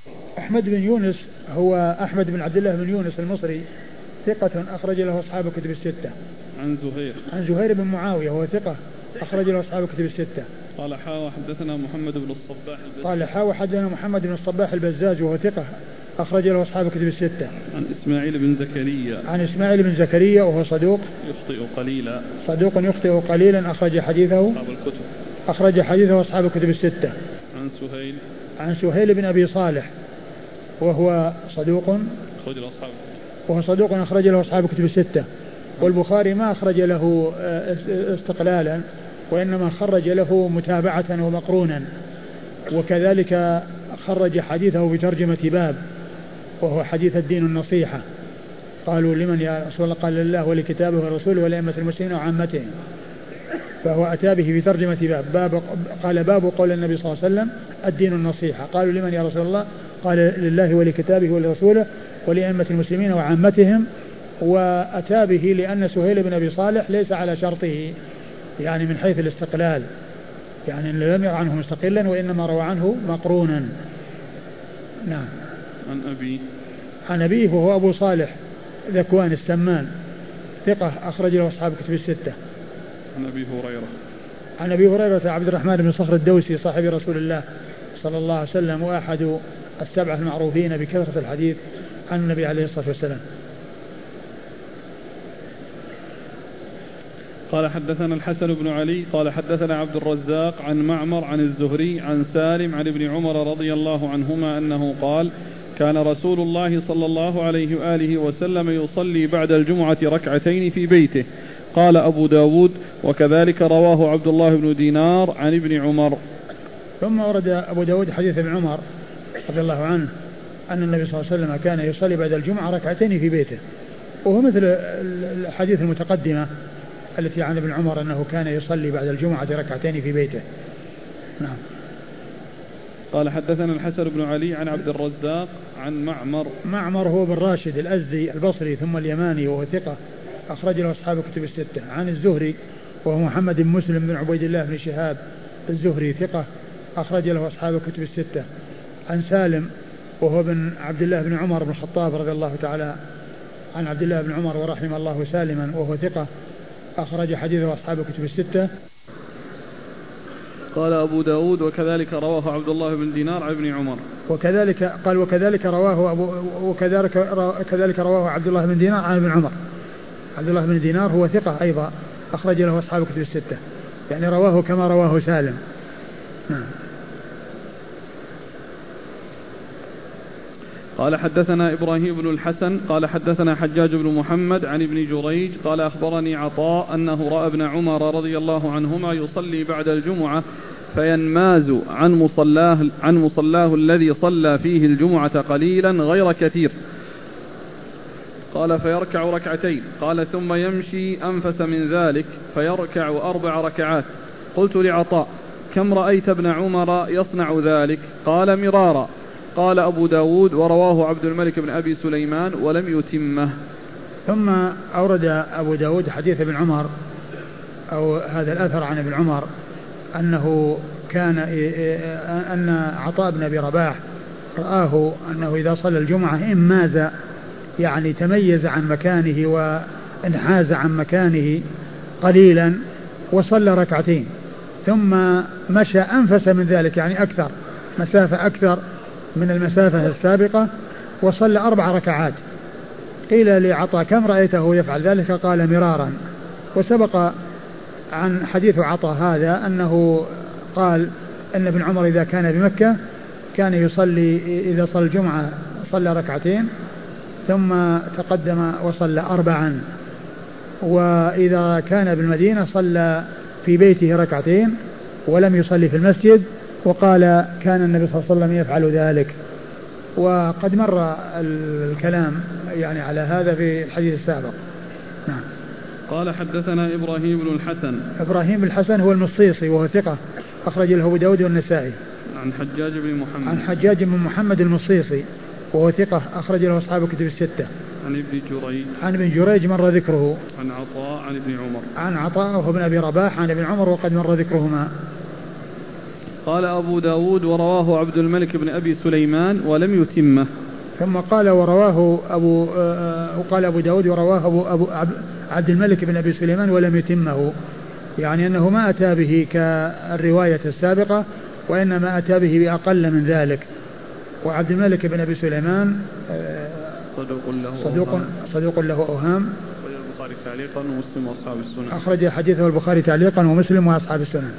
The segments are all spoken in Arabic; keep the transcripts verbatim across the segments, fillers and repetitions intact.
أحمد بن يونس هو أحمد بن عبد الله بن يونس المصري، ثقة أخرج له أصحاب الكتب الستة. عن زهير عن زهير بن معاوية وهو ثقة أخرج له أصحاب الكتب الستة. قال حا حدثنا محمد بن الصباح البزاز قال حا حدثنا محمد بن الصباح البزاز وهو ثقة أخرج له أصحاب الكتب الستة. عن إسماعيل بن زكريا عن إسماعيل بن زكريا وهو صدوق يخطئ قليلا صدوق يخطئ قليلا أخرج حديثه أصحاب الكتب أخرج حديثه أصحاب الكتب الستة. عن سهيل عن سهيل بن أبي صالح وهو صدوق أخرج له أصحاب وهو صدوق أخرج له أصحاب الكتب الستة. والبخاري ما أخرج له استقلالا وإنما خرج له متابعة ومقرونا، وكذلك خرج حديثه بترجمة باب وهو حديث الدين النصيحة. قالوا لمن يا رسول الله؟ قال لله ولكتابه ورسوله ولأئمة المسلمين وعامتهم، فهو أتى به في ترجمة باب, باب قال باب قول النبي صلى الله عليه وسلم الدين النصيحة. قالوا لمن يا رسول الله؟ قال لله ولكتابه ولرسوله ولأئمة المسلمين وعامتهم. وأتى به لأن سهيل بن أبي صالح ليس على شرطه يعني من حيث الاستقلال، يعني لم يرى عنه مستقلا وإنما روى عنه مقرونا. نعم. عن أبي عن أبيه وهو أبو صالح ذكوان السمان ثقة أخرج له أصحاب كتب الستة. عن أبي هريرة عن أبي هريرة عبد الرحمن بن صخر الدوسي صاحب رسول الله صلى الله عليه وسلم وأحد السبعة المعروفين بكثرة الحديث عن النبي عليه الصلاة والسلام. قال حدثنا الحسن بن علي قال حدثنا عبد الرزاق عن معمر عن الزهري عن سالم عن ابن عمر رضي الله عنهما أنه قال كان رسول الله صلى الله عليه وآله وسلم يصلي بعد الجمعة ركعتين في بيته. قال أبو داود وكذلك رواه عبد الله بن دينار عن ابن عمر. ثم ورد أبو داود حديث ابن عمر رضي الله عنه أن النبي صلى الله عليه وسلم كان يصلي بعد الجمعة ركعتين في بيته، وهو مثل الحديث المتقدمة التي عن ابن عمر أنه كان يصلي بعد الجمعة ركعتين في بيته. نعم. قال حدثنا الحسن بن علي عن عبد الرزاق عن معمر معمر هو بن راشد الأزدي البصري ثم اليماني وهو ثقة أخرج له أصحاب الكتب الستة. عن الزهري وهو محمد بن مسلم بن عبيد الله بن شهاب الزهري ثقة أخرج له أصحاب الكتب الستة. عن سالم وهو بن عبد الله بن عمر بن الخطاب رضي الله تعالى عن عبد الله بن عمر ورحم الله سالما وهو ثقة أخرج حديثه أصحاب الكتب الستة. قال أبو داود وكذلك رواه عبد الله بن دينار عن ابن عمر. وكذلك قال وكذلك رواه أبو وكذلك كذلك رواه عبد الله بن دينار عن ابن عمر. عبد الله بن دينار هو ثقة أيضا أخرج له أصحاب الكتب الستة، يعني رواه كما رواه سالم. نعم. قال حدثنا إبراهيم بن الحسن قال حدثنا حجاج بن محمد عن ابن جريج قال أخبرني عطاء أنه رأى ابن عمر رضي الله عنهما يصلي بعد الجمعة فينماز عن مصلاه, عن مصلاه الذي صلى فيه الجمعة قليلا غير كثير. قال فيركع ركعتين. قال ثم يمشي أنفس من ذلك فيركع أربع ركعات. قلت لعطاء كم رأيت ابن عمر يصنع ذلك؟ قال مرارا. قال أبو داود ورواه عبد الملك بن أبي سليمان ولم يتمه. ثم أورد أبو داود حديث ابن عمر أو هذا الأثر عن ابن عمر أنه كان أن عطاء بن أبي رباح رآه أنه إذا صلى الجمعة انماز، يعني تميز عن مكانه وانحاز عن مكانه قليلا وصلى ركعتين ثم مشى أنفس من ذلك، يعني أكثر مسافة أكثر من المسافة السابقة وصلى أربع ركعات. قيل لعطاء كم رأيته يفعل ذلك؟ قال مرارا. وسبق عن حديث عطاء هذا أنه قال أن ابن عمر إذا كان بمكة كان يصلي إذا صلى الجمعة صلى ركعتين ثم تقدم وصلى أربعا، وإذا كان بالمدينة صلى في بيته ركعتين ولم يصلي في المسجد، وقال كان النبي صلى الله عليه وسلم يفعل ذلك. وقد مر الكلام يعني على هذا في الحديث السابق. نعم. قال حدثنا إبراهيم بن الحسن. إبراهيم بن الحسن هو المصيصي وهو ثقة أخرج له أبو داود والنسائي. عن حجاج بن محمد. عن حجاج بن محمد المصيصي وهو ثقة أخرج له أصحاب الكتب الستة. عن ابن جريج. عن ابن جريج مر ذكره. عن عطاء عن ابن عمر. عن عطاء وهو ابن أبي رباح عن ابن عمر وقد مر ذكرهما. قال أبو داود ورواه عبد الملك بن أبي سليمان ولم يتمه. ثم قال ورواه أبو وقال أبو داود ورواه أبو, أبو عبد الملك بن أبي سليمان ولم يتمه، يعني أنه ما أتى به كالرواية السابقة وإنما أتى به بأقل من ذلك. وعبد الملك بن أبي سليمان صدوق له صدوق, صدوق له أوهام، البخاري تعليقا ومسلم وأصحاب السنن، أخرج حديثه البخاري تعليقا ومسلم وأصحاب السنن.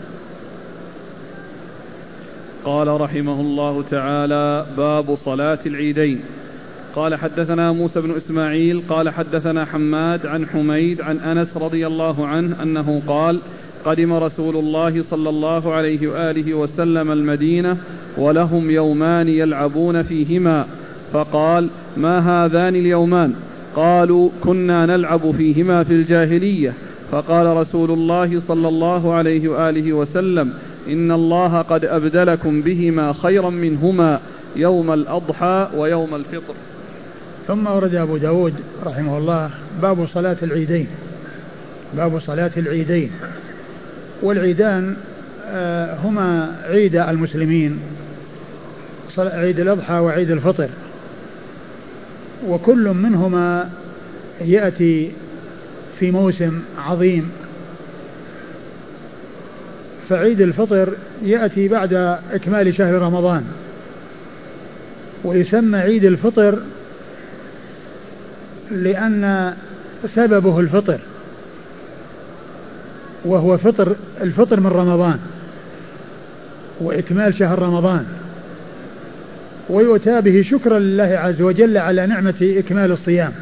قال رحمه الله تعالى: باب صلاة العيدين. قال حدثنا موسى بن إسماعيل قال حدثنا حماد عن حميد عن أنس رضي الله عنه أنه قال: قدم رسول الله صلى الله عليه وآله وسلم المدينة ولهم يومان يلعبون فيهما، فقال: ما هذان اليومان؟ قالوا: كنا نلعب فيهما في الجاهلية. فقال رسول الله صلى الله عليه وآله وسلم: إن الله قد أبدلكم بهما خيرا منهما يوم الأضحى ويوم الفطر. ثم ورد أبو داود رحمه الله باب صلاة العيدين. باب صلاة العيدين. والعيدان هما عيد المسلمين، عيد الأضحى وعيد الفطر، وكل منهما يأتي في موسم عظيم. فعيد الفطر يأتي بعد إكمال شهر رمضان، ويسمى عيد الفطر لأن سببه الفطر، وهو فطر الفطر من رمضان وإكمال شهر رمضان، ويؤتى به شكرا لله عز وجل على نعمة إكمال الصيام،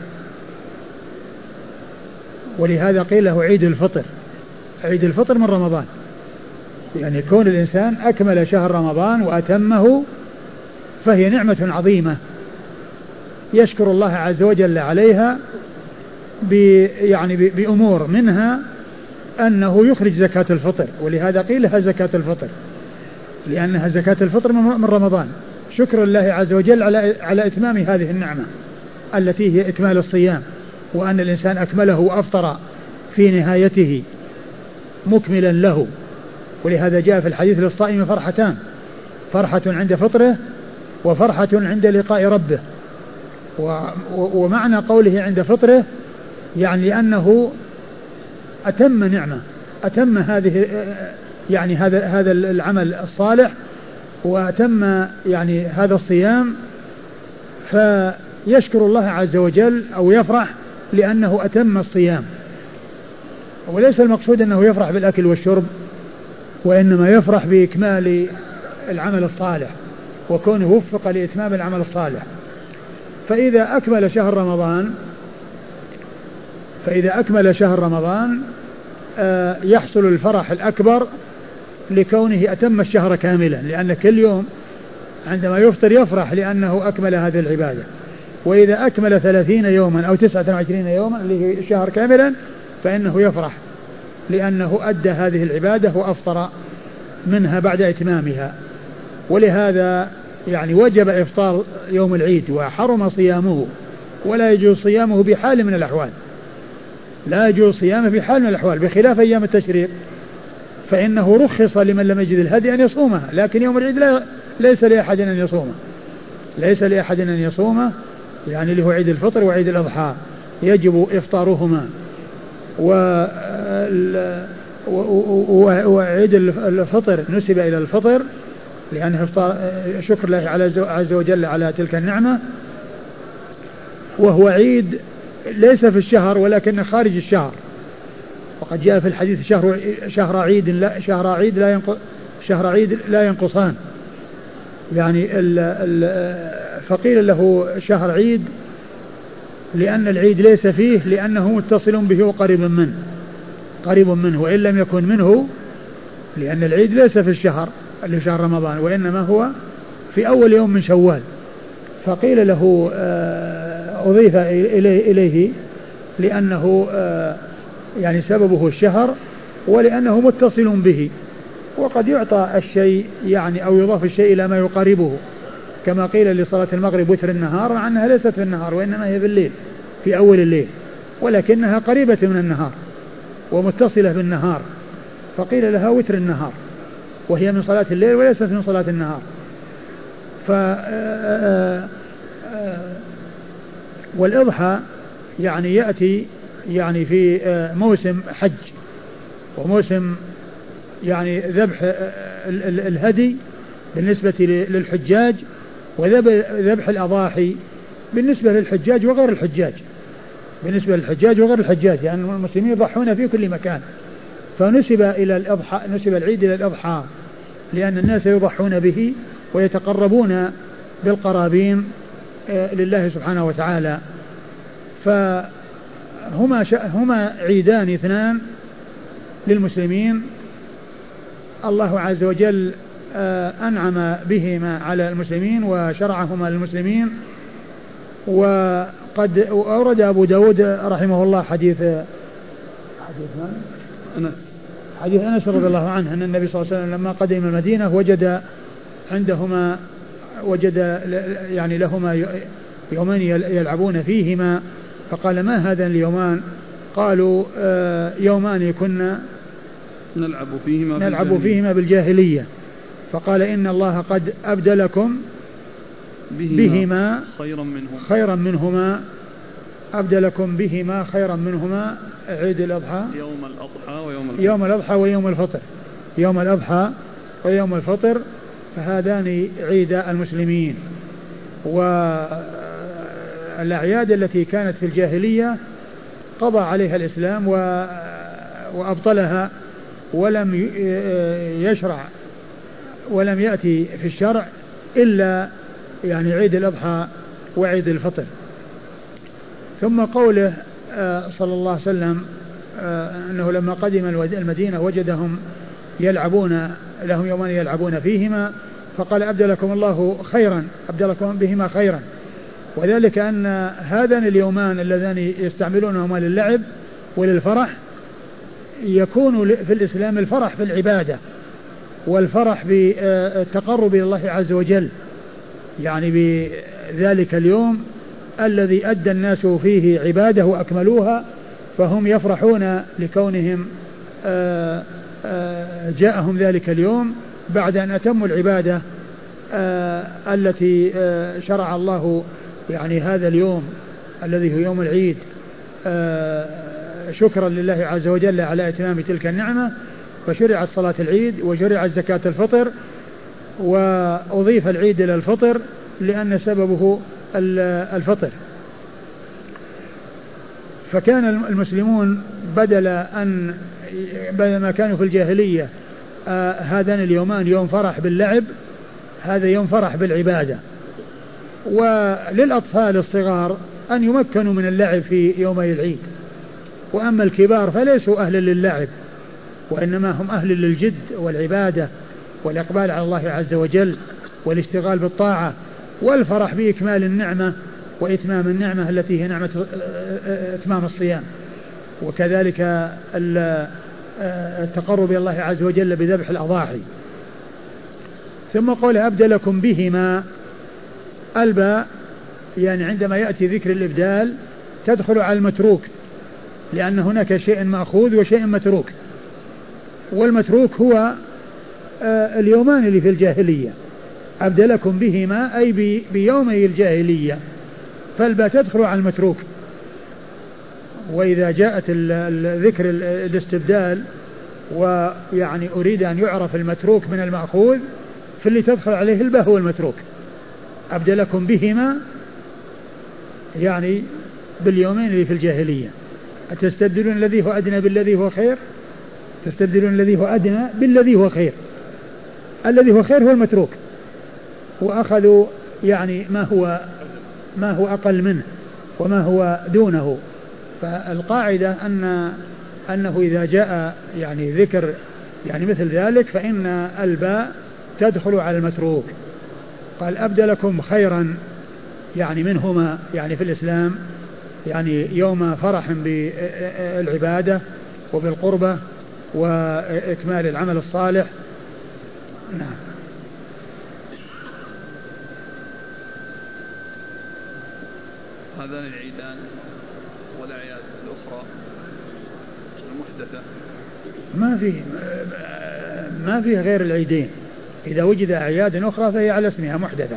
ولهذا قيل له عيد الفطر. عيد الفطر من رمضان، يعني كون الإنسان أكمل شهر رمضان وأتمه فهي نعمة عظيمة يشكر الله عز وجل عليها يعني بأمور، منها أنه يخرج زكاة الفطر، ولهذا قيل لها زكاة الفطر لأنها زكاة الفطر من رمضان، شكر الله عز وجل على على إتمام هذه النعمة التي هي إكمال الصيام، وأن الإنسان أكمله وأفطر في نهايته مكملا له. ولهذا جاء في الحديث: للصائم فرحتان، فرحة عند فطره وفرحة عند لقاء ربه. ومعنى قوله عند فطره يعني لأنه أتم نعمة، أتم هذه يعني هذا هذا العمل الصالح، وأتم يعني هذا الصيام، فيشكر الله عز وجل أو يفرح لأنه أتم الصيام. وليس المقصود أنه يفرح بالأكل والشرب، وإنما يفرح بإكمال العمل الصالح وكونه وفق لإتمام العمل الصالح. فإذا أكمل شهر رمضان فإذا أكمل شهر رمضان يحصل الفرح الأكبر لكونه أتم الشهر كاملا، لأن كل يوم عندما يفطر يفرح لأنه أكمل هذه العبادة. وإذا أكمل ثلاثين يوما أو تسعة وعشرين يوما اللي هي الشهر كاملا فإنه يفرح لأنه أدى هذه العبادة وأفطر منها بعد إتمامها. ولهذا يعني وجب إفطار يوم العيد وحرم صيامه، ولا يجوز صيامه بحال من الأحوال، لا يجوز صيامه بحال من الأحوال، بخلاف أيام التشريق فإنه رخص لمن لم يجد الهدي أن يصومها، لكن يوم العيد لا ليس لأحد أن يصومه، ليس لأحد أن يصومه، يعني اللي هو عيد الفطر وعيد الأضحى يجب إفطارهما. وعيد الفطر نسب إلى الفطر لأنه شكر الله عز وجل على تلك النعمة، وهو عيد ليس في الشهر ولكن خارج الشهر. وقد جاء في الحديث: شهر شهر عيد لا شهر عيد لا ينقص شهر عيد لا ينقصان، يعني ال ال فقيل له شهر عيد لأن العيد ليس فيه، لأنه متصل به وقريب منه قريب منه وإن لم يكن منه، لأن العيد ليس في الشهر اللي شهر رمضان وإنما هو في أول يوم من شوال. فقيل له أضيف إليه, إليه لأنه يعني سببه الشهر ولأنه متصل به. وقد يعطى الشيء يعني أو يضاف الشيء إلى ما يقاربه، كما قيل لصلاة المغرب وتر النهار، مع أنها ليست في النهار وإنما هي بالليل في أول الليل، ولكنها قريبة من النهار ومتصلة بالنهار، فقيل لها وتر النهار. وهي من صلاة الليل وليست من صلاة النهار. ف والإضحى يعني يأتي يعني في موسم حج وموسم يعني ذبح الهدي بالنسبة للحجاج، وذبح الأضاحي بالنسبة للحجاج وغير الحجاج، بالنسبة للحجاج وغير الحجاج، يعني المسلمين يضحون في كل مكان. فنسب إلى الأضحى، نسب العيد إلى الأضحى لأن الناس يضحون به ويتقربون بالقرابين لله سبحانه وتعالى. فهما هما عيدان اثنان للمسلمين الله عز وجل أنعم بهما على المسلمين وشرعهما للمسلمين. وقد أورد أبو داود رحمه الله حديث حديث من؟ حديث أنس رضي الله عنه أن النبي صلى الله عليه وسلم لما قدم المدينة وجد عندهما وجد يعني لهما يومين يلعبون فيهما، فقال ما هذا اليومان؟ قالوا يومان كنا نلعب فيهما نلعب بالجاهلية. فيهما بالجاهلية. فقال إن الله قد أبدلكم بهما, بهما خيرا منهما خيرا منهما أبدلكم بهما خيرا منهما عيد الأضحى يوم الأضحى ويوم الفطر يوم الأضحى ويوم الفطر يوم الأضحى ويوم الفطر فهذان عيدا المسلمين. والأعياد التي كانت في الجاهلية قضى عليها الإسلام وأبطلها، ولم يشرع ولم يأتي في الشرع إلا يعني عيد الأضحى وعيد الفطر. ثم قوله صلى الله عليه وسلم أنه لما قدم المدينة وجدهم يلعبون لهم يومان يلعبون فيهما، فقال أبدلكم الله خيرا أبدلكم بهما خيرا، وذلك أن هذان اليومان اللذان يستعملونهما للعب وللفرح يكون في الإسلام الفرح في العبادة والفرح بالتقرب إلى الله عز وجل، يعني بذلك اليوم الذي أدى الناس فيه عبادة وأكملوها، فهم يفرحون لكونهم جاءهم ذلك اليوم بعد أن أتموا العبادة التي شرع الله يعني هذا اليوم الذي هو يوم العيد شكرا لله عز وجل على إتمام تلك النعمة، فشرعت صلاة العيد وشرعت زكاة الفطر، وأضيف العيد إلى الفطر لأن سببه الفطر. فكان المسلمون بدل أن بدل ما كانوا في الجاهلية هذان اليومان يوم فرح باللعب، هذا يوم فرح بالعبادة. وللأطفال الصغار أن يمكنوا من اللعب في يومي العيد، وأما الكبار فليسوا أهلا للعب وإنما هم أهل للجد والعبادة والإقبال على الله عز وجل والاشتغال بالطاعة والفرح بإكمال النعمة وإتمام النعمة التي هي نعمة إتمام الصيام، وكذلك التقرب إلى الله عز وجل بذبح الأضاحي. ثم قال أبدلكم بهما، الباء يعني عندما يأتي ذكر الإبدال تدخل على المتروك، لأن هناك شيء مأخوذ وشيء متروك، والمتروك هو اليومان اللي في الجاهلية. أبدلكم بهما أي بيومي الجاهلية، فالباء تدخل على المتروك. وإذا جاءت ذكر الاستبدال ويعني أريد أن يعرف المتروك من المأخوذ، فاللي تدخل عليه الباء هو المتروك. أبدلكم بهما يعني باليومين اللي في الجاهلية. أتستبدلون الذي هو أدنى بالذي هو خير؟ تستبدلون الذي هو أدنى بالذي هو خير. الذي هو خير هو المتروك، وأخذوا يعني ما هو ما هو أقل منه وما هو دونه. فالقاعدة أن أنه إذا جاء يعني ذكر يعني مثل ذلك فإن الباء تدخل على المتروك. قال أبدلكم خيرا يعني منهما يعني في الإسلام يعني يوم فرح بالعبادة وبالقربة وإكمال العمل الصالح. نعم. هذان العيدان والأعياد الأخرى المحدثة ما في ما فيه غير العيدين، إذا وجد أعياد أخرى فهي على اسمها محدثة.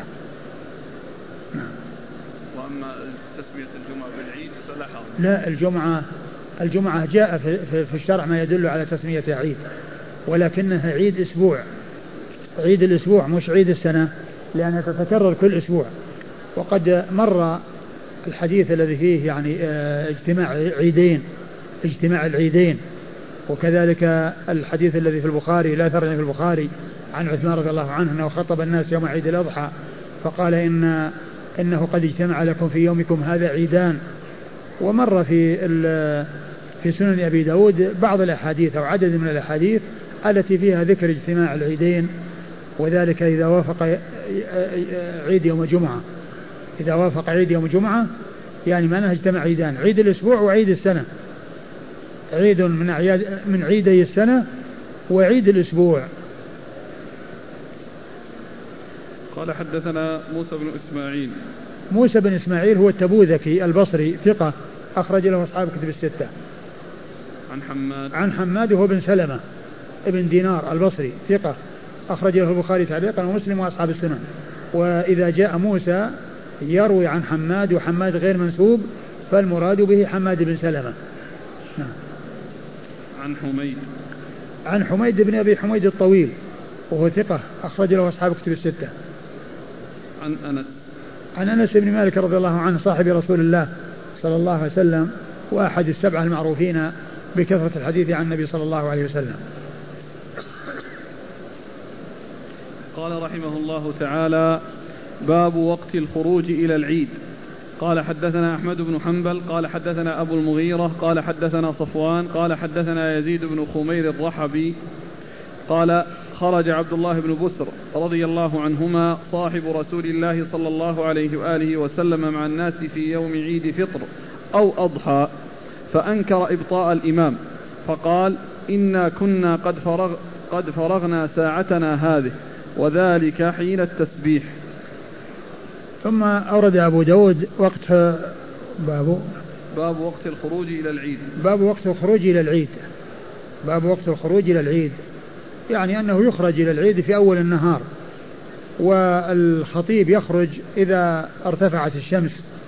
وأما تسمية الجمعة بالعيد فلا حرج. لا، الجمعة الجمعة جاء في, في الشرع ما يدل على تسمية عيد، ولكنها عيد أسبوع، عيد الأسبوع مش عيد السنة، لأنها تتكرر كل أسبوع. وقد مر الحديث الذي فيه يعني اجتماع عيدين، اجتماع العيدين، وكذلك الحديث الذي في البخاري لا ثرني في البخاري عن عثمان رضي الله عنه أنه خطب الناس يوم عيد الأضحى فقال إن إنه قد اجتمع لكم في يومكم هذا عيدان. ومر في في سنن أبي داود بعض الأحاديث أو عدد من الأحاديث التي فيها ذكر اجتماع العيدين، وذلك إذا وافق عيد يوم جمعة، إذا وافق عيد يوم جمعة يعني معناه اجتمع عيدان، عيد الأسبوع وعيد السنة، عيد من أعياد من عيدي السنة وعيد الأسبوع. قال حدثنا موسى بن إسماعيل. موسى بن إسماعيل هو التبوذكي البصري ثقة أخرج له أصحاب كتب الستة. عن حماد. عن حماد هو بن سلمة ابن دينار البصري ثقة أخرج له البخاري تعليقا ومسلم وأصحاب السنن. وإذا جاء موسى يروي عن حماد وحماد غير منسوب فالمراد به حماد بن سلمة. نعم. عن حميد. عن حميد بن أبي حميد الطويل وهو ثقة أخرج له أصحاب كتب الستة. عن أنس. عن أنس بن مالك رضي الله عنه صاحب رسول الله صلى الله عليه وسلم وأحد السبعة المعروفين بكثرة الحديث عن النبي صلى الله عليه وسلم. قال رحمه الله تعالى: باب وقت الخروج إلى العيد. قال حدثنا أحمد بن حنبل قال حدثنا أبو المغيرة قال حدثنا صفوان قال حدثنا يزيد بن خمير الرحبي قال: خرج عبد الله بن بسر رضي الله عنهما صاحب رسول الله صلى الله عليه وآله وسلم مع الناس في يوم عيد فطر أو أضحى، فأنكر إبطاء الإمام فقال: إنا كنا قد, فرغ قد فرغنا ساعتنا هذه، وذلك حين التسبيح. ثم أورد أبو داود وقت باب باب وقت الخروج إلى العيد. باب وقت الخروج إلى العيد باب وقت الخروج إلى العيد يعني أنه يخرج إلى العيد في أول النهار، والخطيب يخرج إذا ارتفعت الشمس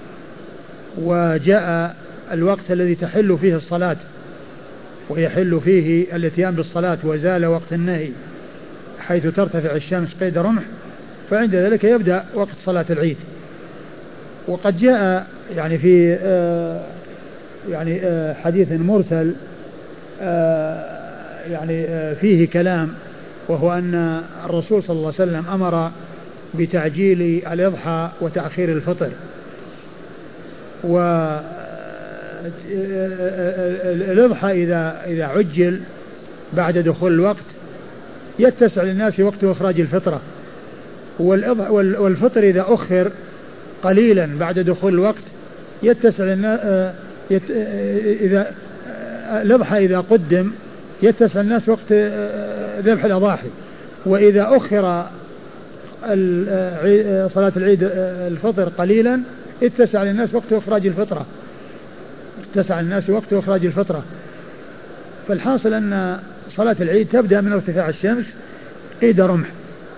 وجاء الوقت الذي تحل فيه الصلاة ويحل فيه الاتيان بالصلاة وزال وقت النهي حيث ترتفع الشمس قيد رمح، فعند ذلك يبدأ وقت صلاة العيد. وقد جاء يعني في آه يعني آه حديث مرسل آه يعني آه فيه كلام، وهو أن الرسول صلى الله عليه وسلم أمر بتعجيل الإضحى وتأخير الفطر، والإضحى إذا إذا عجل بعد دخول الوقت يتسع للناس وقت إخراج الفطرة، والفطر إذا أخر قليلا بعد دخول الوقت يتسع للناس إذا الإضحى إذا قدم يتسع الناس وقت ذبح الأضاحي، وإذا أخر صلاة العيد الفطر قليلا اتسع للناس وقت إخراج الفطرة اتسع الناس وقت إخراج الفطرة. فالحاصل أن صلاة العيد تبدأ من ارتفاع الشمس قيد رمح،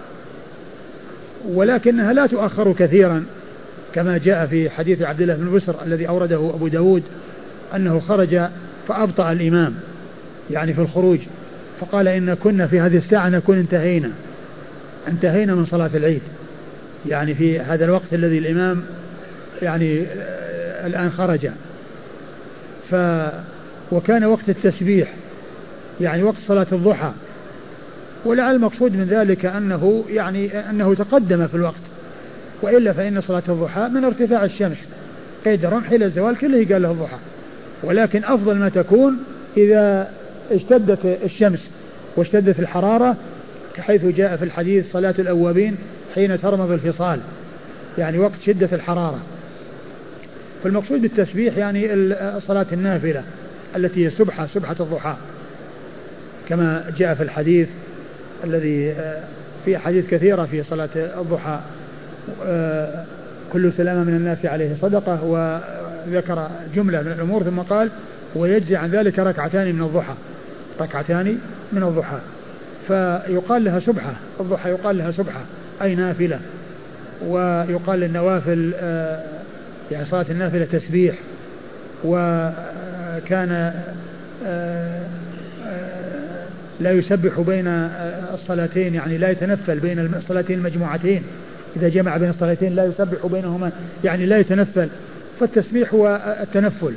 ولكنها لا تؤخر كثيرا كما جاء في حديث عبد الله بن بسر الذي أورده أبو داود أنه خرج فأبطأ الإمام يعني في الخروج، فقال: إن كنا في هذه الساعة نكون انتهينا انتهينا من صلاة العيد، يعني في هذا الوقت الذي الإمام يعني الآن خرج. ف وكان وقت التسبيح يعني وقت صلاة الضحى، ولعل المقصود من ذلك أنه يعني أنه تقدم في الوقت، وإلا فإن صلاة الضحى من ارتفاع الشمس قيد رمح إلى الزوال كله قال له الضحى، ولكن أفضل ما تكون إذا اشتدت الشمس واشتدت الحرارة، حيث جاء في الحديث: صلاة الأوابين حين ترمض الفصال، يعني وقت شدة الحرارة. فالمقصود بالتسبيح يعني صلاة النافلة التي هي سبحة سبحة الضحى، كما جاء في الحديث الذي في حديث كثيرة في صلاة الضحى: كل سلامة من الناس عليه صدقة، وذكر جملة من الأمور ثم قال: ويجزي عن ذلك ركعتان من الضحى ركعتان من الضحى. فيقال لها سبحة، الضحى يقال لها سبحة أي نافلة. ويقال للنوافل يعني صلاة النافلة تسبيح. وكان لا يسبح بين الصلاتين، يعني لا يتنفل بين الصلاتين المجموعتين، إذا جمع بين الصلاتين لا يسبح بينهما، يعني لا يتنفل، فالتسبيح هو التنفل.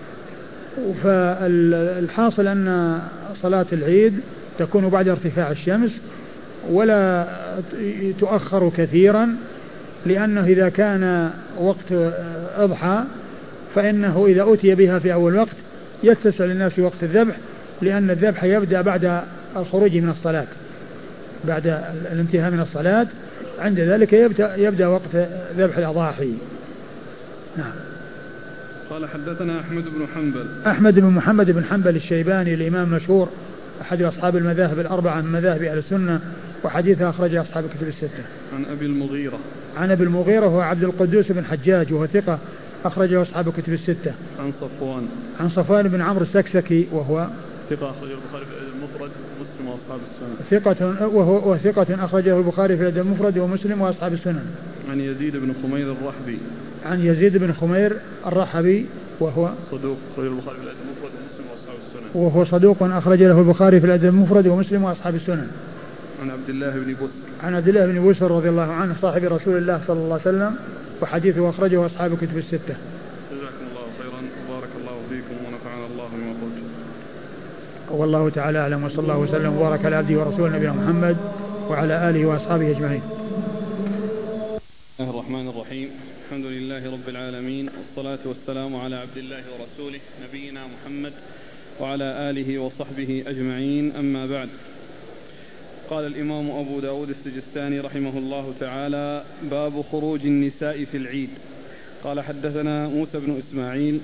فالحاصل أن صلاة العيد تكون بعد ارتفاع الشمس ولا تؤخر كثيرا، لأنه إذا كان وقت أضحى فإنه إذا أتي بها في أول وقت يتسع للناس في وقت الذبح، لأن الذبح يبدأ بعد الخروج من الصلاة، بعد الانتهاء من الصلاة، عند ذلك يبدأ, يبدأ وقت ذبح الأضاحي. نعم. قال حدثنا أحمد بن حنبل. أحمد بن محمد بن حنبل الشيباني الإمام مشهور أحد أصحاب المذاهب الأربعة من مذاهب أهل السنة، وحديثه أخرج أصحاب الكتب الستة. عن أبي المغيرة. عن أبي المغيرة هو عبد القدوس بن حجاج وهو ثقة أخرجه أصحاب الكتب الستة. عن صفوان. عن صفوان بن عمرو السكسكي وهو ثقة أخرجه البخاري في المفرد ومسلم وأصحاب السنن. ثقة وهو وثقة أخرجه البخاري في المفرد ومسلم وأصحاب السنن. عن يزيد بن خمير الرحبي. عن يزيد بن خمير الرحبي وهو صدوق أخرجه البخاري في الأدب المفرد ومسلم وأصحاب السنن. وهو صدوق أخرج له البخاري في الأدب المفرد ومسلم وأصحاب السنن. عن عبد الله بن بسر. عن عبد الله بن بسر رضي الله عنه صاحب رسول الله صلى الله عليه وسلم، وحديثه أخرجه أصحاب الكتب الستة. جزاكم الله خيرا وبارك الله فيكم ونفعنا الله بما قلت. والله تعالى أعلم، وصلى الله وسلم وبارك على عبده ورسوله نبينا محمد وعلى آله وأصحابه أجمعين. بسم الله الرحمن الرحيم. الحمد لله رب العالمين، والصلاة والسلام على عبد الله ورسوله نبينا محمد وعلى آله وصحبه أجمعين، أما بعد. قال الإمام أبو داود السجستاني رحمه الله تعالى: باب خروج النساء في العيد. قال حدثنا موسى بن إسماعيل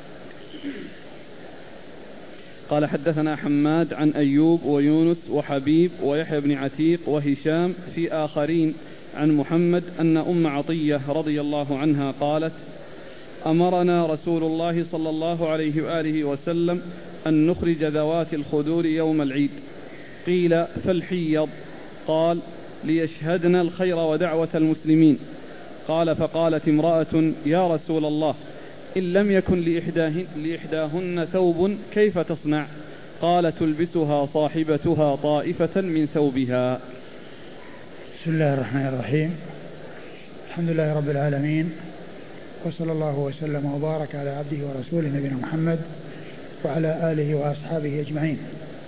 قال حدثنا حماد عن أيوب ويونس وحبيب ويحيى بن عتيق وهشام في آخرين عن محمد أن أم عطية رضي الله عنها قالت: أمرنا رسول الله صلى الله عليه وآله وسلم أن نخرج ذوات الخدور يوم العيد. قيل: فالحيض؟ قال: ليشهدن الخير ودعوة المسلمين. قال: فقالت امرأة: يا رسول الله، إن لم يكن لإحداهن, لإحداهن ثوب كيف تصنع؟ قال: تلبسها صاحبتها طائفة من ثوبها. بسم الله الرحمن الرحيم. الحمد لله رب العالمين، وصلى الله وسلم وبارك على عبده ورسوله نبينا محمد وعلى آله وأصحابه أجمعين.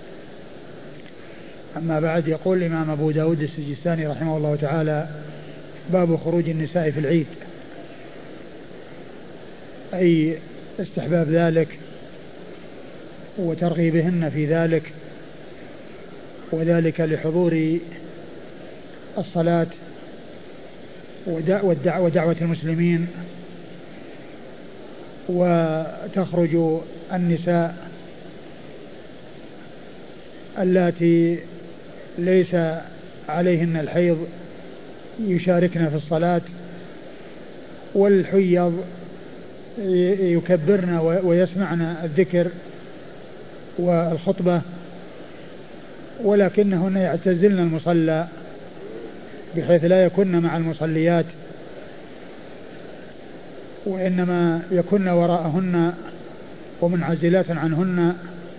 أما بعد، يقول الإمام أبو داود السجستاني رحمه الله تعالى: باب خروج النساء في العيد، أي استحباب ذلك وترغيبهن في ذلك، وذلك لحضور الصلاة ودعوة المسلمين. وتخرج النساء اللاتي ليس عليهن الحيض يشاركن في الصلاة، والحيض يكبرن ويسمعن الذكر والخطبة، ولكنهن يعتزلن المصلى بحيث لا يكن مع المصليات، وإنما يكن وراءهن ومنعزلات عنهن،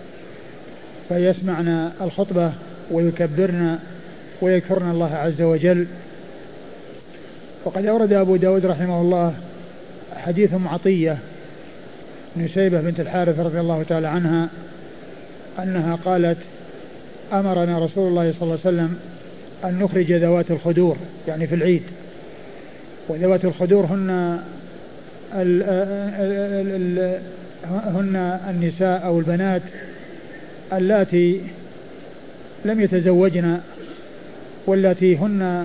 فيسمعن الخطبة ويكبرن ويذكرن الله عز وجل. وقد أورد أبو داود رحمه الله حديث أم عطية نسيبة بنت الحارث رضي الله تعالى عنها أنها قالت: أمرنا رسول الله صلى الله عليه وسلم أن نخرج ذوات الخدور، يعني في العيد. وذوات الخدور هن ال ال ال هن النساء أو البنات اللاتي لم يتزوجن، والتي هن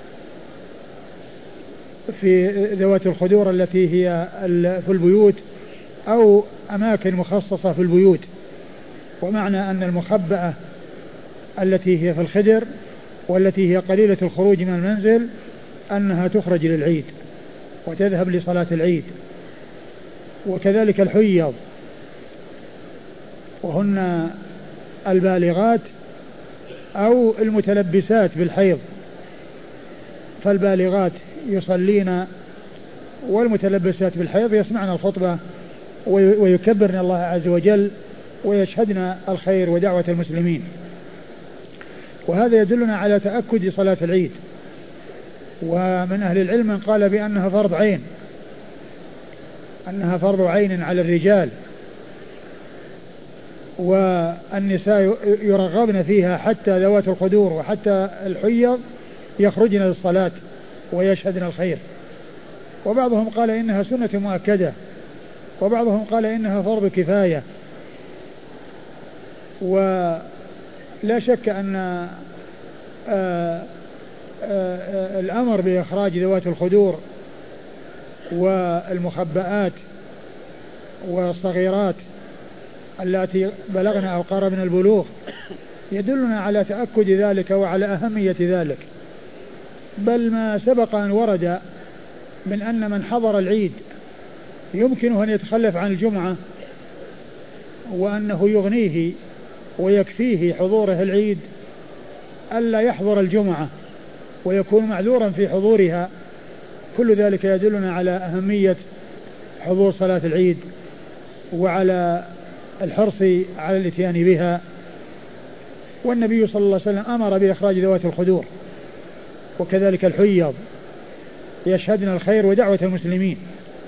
في ذوات الخدور التي هي في البيوت أو أماكن مخصصة في البيوت. ومعنى أن المخبأة التي هي في الخدر والتي هي قليلة الخروج من المنزل أنها تخرج للعيد وتذهب لصلاة العيد. وكذلك الحيض، وهن البالغات أو المتلبسات بالحيض، فالبالغات يصلين والمتلبسات بالحيض يسمعن الخطبة ويكبرن الله عز وجل ويشهدن الخير ودعوة المسلمين. وهذا يدلنا على تأكد صلاة العيد. ومن أهل العلم من قال بأنها فرض عين، أنها فرض عين على الرجال، والنساء يرغبن فيها حتى ذوات الخدور وحتى الحيض يخرجن للصلاة ويشهدن الخير. وبعضهم قال إنها سنة مؤكدة، وبعضهم قال إنها فرض كفاية. ولا شك أن آآ آآ الأمر بإخراج ذوات الخدور والمخبآت والصغيرات التي بلغن أو قربن البلوغ يدلنا على تأكد ذلك وعلى أهمية ذلك. بل ما سبق أن ورد من أن من حضر العيد يمكنه أن يتخلف عن الجمعة، وأنه يغنيه ويكفيه حضوره العيد ألا يحضر الجمعة ويكون معذورا في حضورها. كل ذلك يدلنا على أهمية حضور صلاة العيد وعلى الحرص على الاتيان بها. والنبي صلى الله عليه وسلم أمر بإخراج ذوات الخدور وكذلك الحيض يشهدن الخير ودعوة المسلمين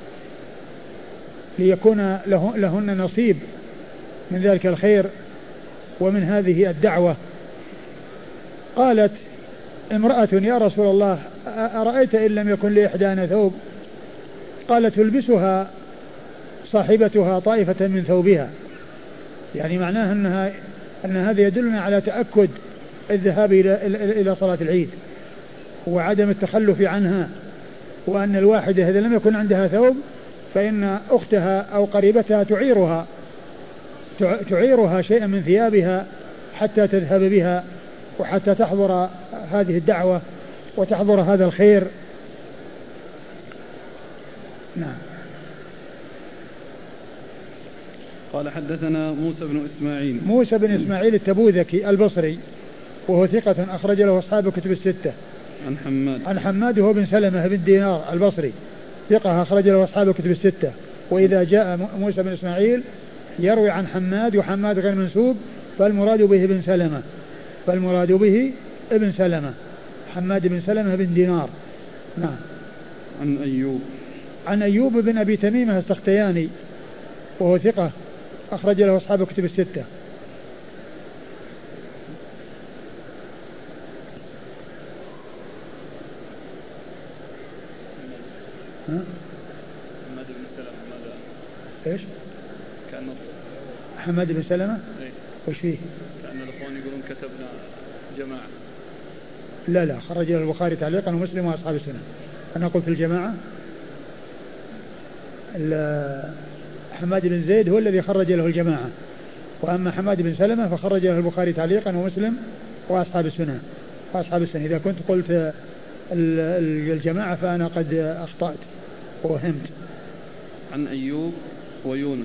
ليكون لهن نصيب من ذلك الخير ومن هذه الدعوة. قالت امرأة يا رسول الله أرأيت إن لم يكن لإحدانا ثوب؟ قالت تلبسها صاحبتها طائفة من ثوبها. يعني معناها أنها أن هذا يدلنا على تأكد الذهاب إلى إلى صلاة العيد وعدم التخلف عنها، وأن الواحدة إذا لم يكن عندها ثوب فإن أختها أو قريبتها تعيرها تعيرها شيئا من ثيابها حتى تذهب بها وحتى تحضر هذه الدعوة وتحضر هذا الخير. نعم. قال حدثنا موسى بن إسماعيل موسى بن إسماعيل التبوذكي البصري وهو ثقة أخرج له أصحاب الكتب الستة. عن حماد عن حماد هو بن سلمة بن دينار البصري ثقة أخرج له أصحاب الكتب الستة. وإذا جاء موسى بن إسماعيل يروي عن حماد وحماد غير منسوب فالمراد به ابن سلمة فالمراد به ابن سلمة حماد بن سلمة بن دينار. نعم. عن أيوب عن أيوب بن أبي تميمة السختياني وهو ثقة أخرج له أصحاب الكتب الستة. ها؟ حماد بن سلمة ماذا؟ ايش؟ كان حماد بن سلمة؟ ايه؟ وش فيه؟ كأن الأخوان يقولون كتبنا جماعة. لا لا خرج له البخاري تعليقا ومسلم وأصحاب السنة. أنا قلت الجماعة. حماد بن زيد هو الذي خرج له الجماعة، وأما حماد بن سلمة فخرج له البخاري تعليقا ومسلم وأصحاب السنة وأصحاب السنة. إذا كنت قلت الجماعة فأنا قد أخطأت ووهمت. عن أيوب ويونس.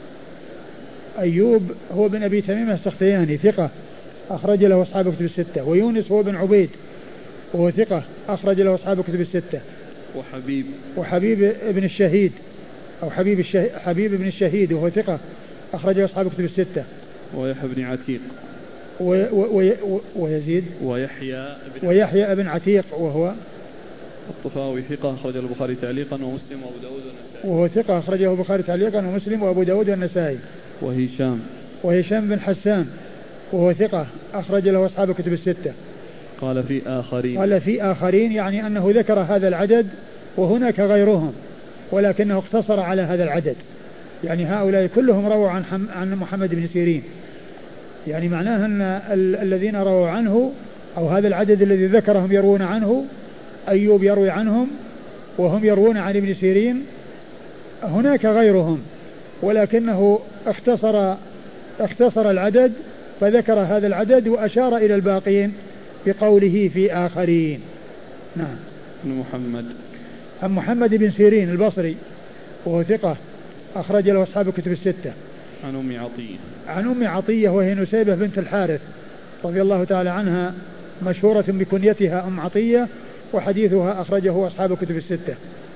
أيوب هو بن أبي تميمة السختياني ثقة أخرج له أصحاب الكتب الستة. ويونس هو بن عبيد وهو ثقة أخرج له أصحاب الكتب الستة. وحبيب وحبيب ابن الشهيد أو حبيب الشهيد حبيب ابن الشهيد وهو ثقة أخرج له أصحاب الكتب الستة. ويحيى بن عتيق و و و ويزيد ويحيى بن ويحيى بن عتيق وهو الطفاوي ثقة أخرج البخاري تعليقا ومسلم وأبو داود والنسائي. وهو ثقة أخرجه البخاري تعليقا ومسلم وأبو داود والنسائي. وهشام وهشام بن حسان وهو ثقة أخرج له أصحاب الكتب الستة. قال في آخرين قال في آخرين يعني أنه ذكر هذا العدد وهناك غيرهم ولكنه اقتصر على هذا العدد. يعني هؤلاء كلهم رووا عن, حم عن محمد بن سيرين. يعني معناه أن ال الذين رووا عنه أو هذا العدد الذي ذكرهم يروون عنه أيوب يروي عنهم وهم يروون عن ابن سيرين. هناك غيرهم ولكنه اختصر اختصر العدد فذكر هذا العدد وأشار إلى الباقين بقوله في آخرين. نعم. محمد عن محمد بن سيرين البصري وهو ثقة أخرج له أصحاب الكتب الستة. عن أم عطية عن أم عطية وهي نسيبة بنت الحارث رضي الله تعالى عنها مشهورة بكنيتها أم عطية، وحديثها أخرجه أصحاب الكتب الستة.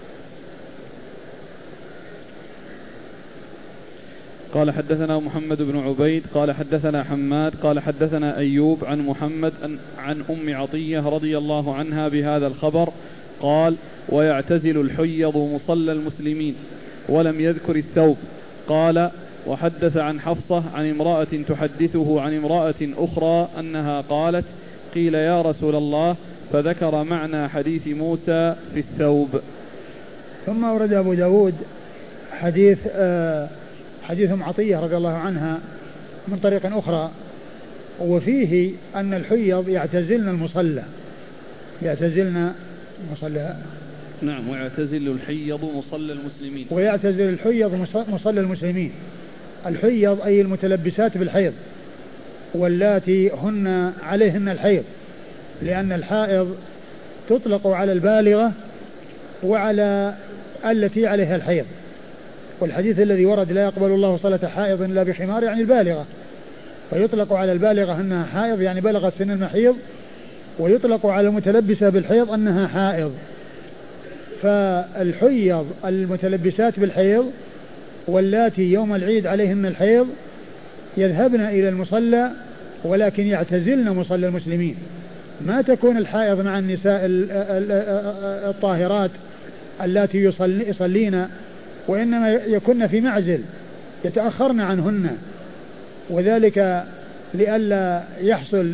قال حدثنا محمد بن عبيد قال حدثنا حماد قال حدثنا أيوب عن محمد عن أم عطية رضي الله عنها بهذا الخبر قال: ويعتزل الحيض مصلى المسلمين ولم يذكر الثوب. قال: وحدث عن حفصة عن امرأة تحدثه عن امرأة أخرى أنها قالت: قيل يا رسول الله، فذكر معنى حديث موسى في الثوب. ثم ورد أبو داود حديث آه حديث أم عطية رضي الله عنها من طريق أخرى، وفيه أن الحيض يعتزلن المصلى يعتزلن المصلى نعم ويعتزل الحيض مصلى المسلمين ويعتزل الحيض مصلى المسلمين. الحيض أي المتلبسات بالحيض، واللاتي هن عليهن الحيض، لأن الحائض تطلق على البالغة وعلى التي عليها الحيض. والحديث الذي ورد: لا يقبل الله صلاة حائض إلا بخمار، يعني البالغة، فيطلق على البالغة أنها حائض يعني بلغت سن المحيض، ويطلق على المتلبسة بالحيض أنها حائض. فالحيض المتلبسات بالحيض واللاتي يوم العيد عليهن الحيض يذهبن إلى المصلى، ولكن يعتزلن مصلى المسلمين. ما تكون الحائض مع النساء الطاهرات اللاتي يصلين، وإنما يكن في معزل يتأخرن عنهن، وذلك لئلا يحصل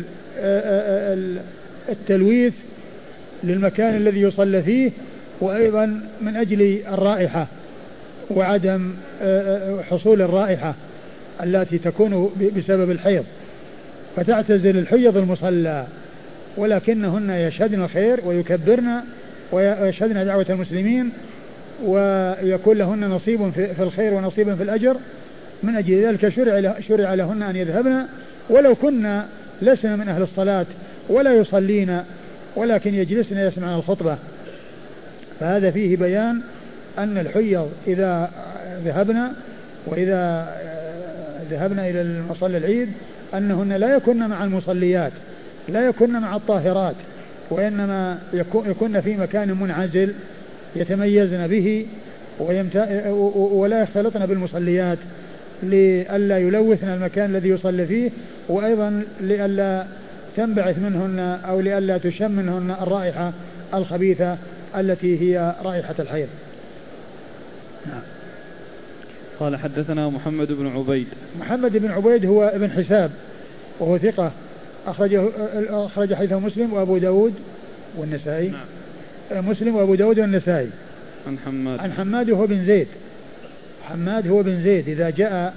التلويث للمكان الذي يصلى فيه، وأيضا من أجل الرائحة وعدم حصول الرائحة التي تكون بسبب الحيض. فتعتزل الحيض المصلى، ولكنهن يشهدن الخير ويكبرن ويشهدن دعوة المسلمين، ويكون لهن نصيب في الخير ونصيب في الأجر. من أجل ذلك شرع لهن أن يذهبن ولو كنا لسنا من أهل الصلاة ولا يصلين، ولكن يجلسن يسمعن الخطبة. فهذا فيه بيان أن الحيض إذا ذهبنا وإذا ذهبنا إلى المصلى العيد أنهن لا يكن مع المصليات، لا يكن مع الطاهرات، وإنما يكن في مكان منعزل يتميزن به ولا يختلطن بالمصليات لئلا يلوثن المكان الذي يصلي فيه، وأيضا لئلا تنبعث منهن أو لئلا تشم منهن الرائحة الخبيثة التي هي رائحة الحيض. نعم. قال حدثنا محمد بن عبيد. محمد بن عبيد هو ابن حساب وهو ثقة، أخرجه أخرج حديثه مسلم وأبو داود والنسائي. نعم. مسلم وأبو داود والنسائي. عن حماد. عن حماد هو بن زيد. حماد هو بن زيد. إذا جاء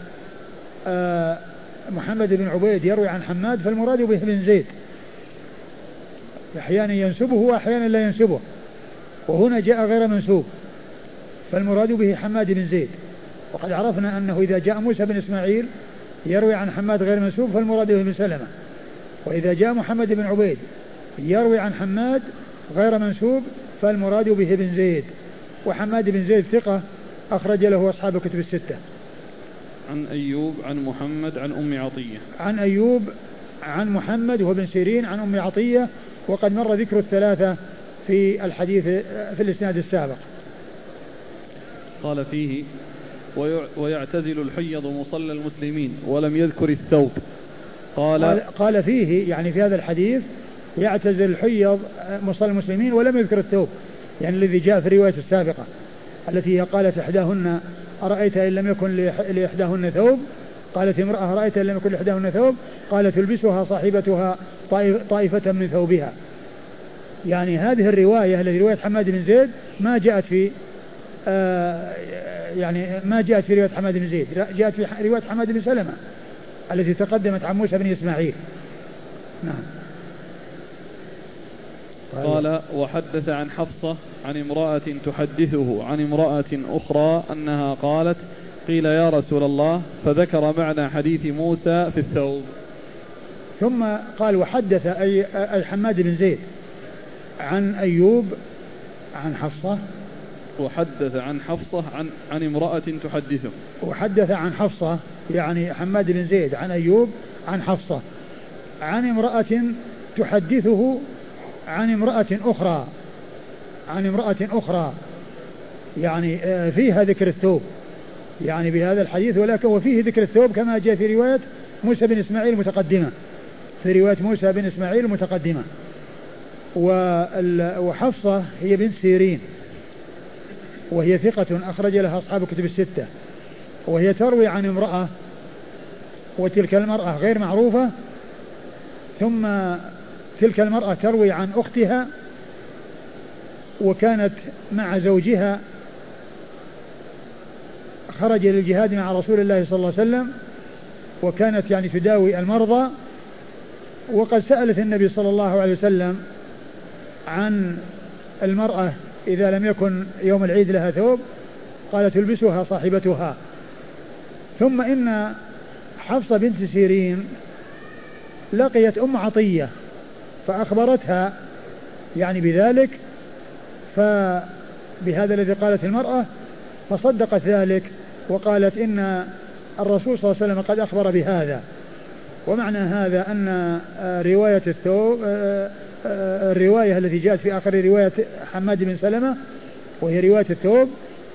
محمد بن عبيد يروي عن حماد فالمراد به بن زيد، أحيانا ينسبه وأحيانا لا ينسبه، وهنا جاء غير منسوب فالمراد به حماد بن زيد. وقد عرفنا أنه إذا جاء موسى بن إسماعيل يروي عن حماد غير منسوب فالمراد به بن سلمة، وإذا جاء محمد بن عبيد يروي عن حماد غير منسوب فالمراد به بن زيد. وحماد بن زيد ثقة أخرج له أصحاب الكتب الستة. عن أيوب عن محمد عن أم عطية. عن أيوب عن محمد وابن سيرين عن أم عطية، وقد مر ذكر الثلاثة في الحديث في الإسناد السابق. قال فيه: ويعتزل الحيض مصلى المسلمين ولم يذكر الثوب. قال قال فيه يعني في هذا الحديث يعتزل الحيض مصلى المسلمين ولم يذكر الثوب، يعني الذي جاء في الرواية السابقة التي قالت إحداهن: أرأيت إن لم يكن لإحداهن ثوب؟ قالت امرأة: أرأيت إن لم يكن لإحداهن ثوب؟ قال: تلبسها صاحبتها طائفة من ثوبها. يعني هذه الرواية التي رواية حماد بن زيد ما جاءت في آه يعني ما جاءت في رواية حماد بن زيد، جاءت في رواية حماد بن سلمة التي تقدمت عن موسى بن إسماعيل. نعم. قال: وحدث عن حفصة عن امرأة تحدثه عن امرأة أخرى أنها قالت: قيل يا رسول الله، فذكر معنى حديث موسى في الثوب. ثم قال: وحدث أي, أي حماد بن زيد عن أيوب عن حفصة. وحدث عن حفصة عن, عن امرأة تحدثه. وحدث عن حفصة يعني حماد بن زيد عن أيوب عن حفصة، عن امرأة تحدثه عن امرأة أخرى عن امرأة أخرى يعني فيها ذكر الثوب يعني بهذا الحديث، ولكن وفيه ذكر الثوب كما جاء في رواية موسى بن إسماعيل المتقدمة في رواية موسى بن إسماعيل المتقدمة. وحفصة هي بنت سيرين وهي ثقة أخرج لها أصحاب الكتب الستة، وهي تروي عن امرأة وتلك المرأة غير معروفة، ثم تلك المرأة تروي عن أختها وكانت مع زوجها خرج للجهاد مع رسول الله صلى الله عليه وسلم، وكانت يعني تداوي المرضى، وقد سألت النبي صلى الله عليه وسلم عن المرأة إذا لم يكن يوم العيد لها ثوب، قال تلبسها صاحبتها. ثم إن حفصة بنت سيرين لقيت أم عطية فأخبرتها يعني بذلك، فبهذا الذي قالت المرأة فصدقت ذلك وقالت إن الرسول صلى الله عليه وسلم قد أخبر بهذا. ومعنى هذا أن رواية الثوب الرواية التي جاءت في آخر رواية حماد بن سلمة وهي رواية الثوب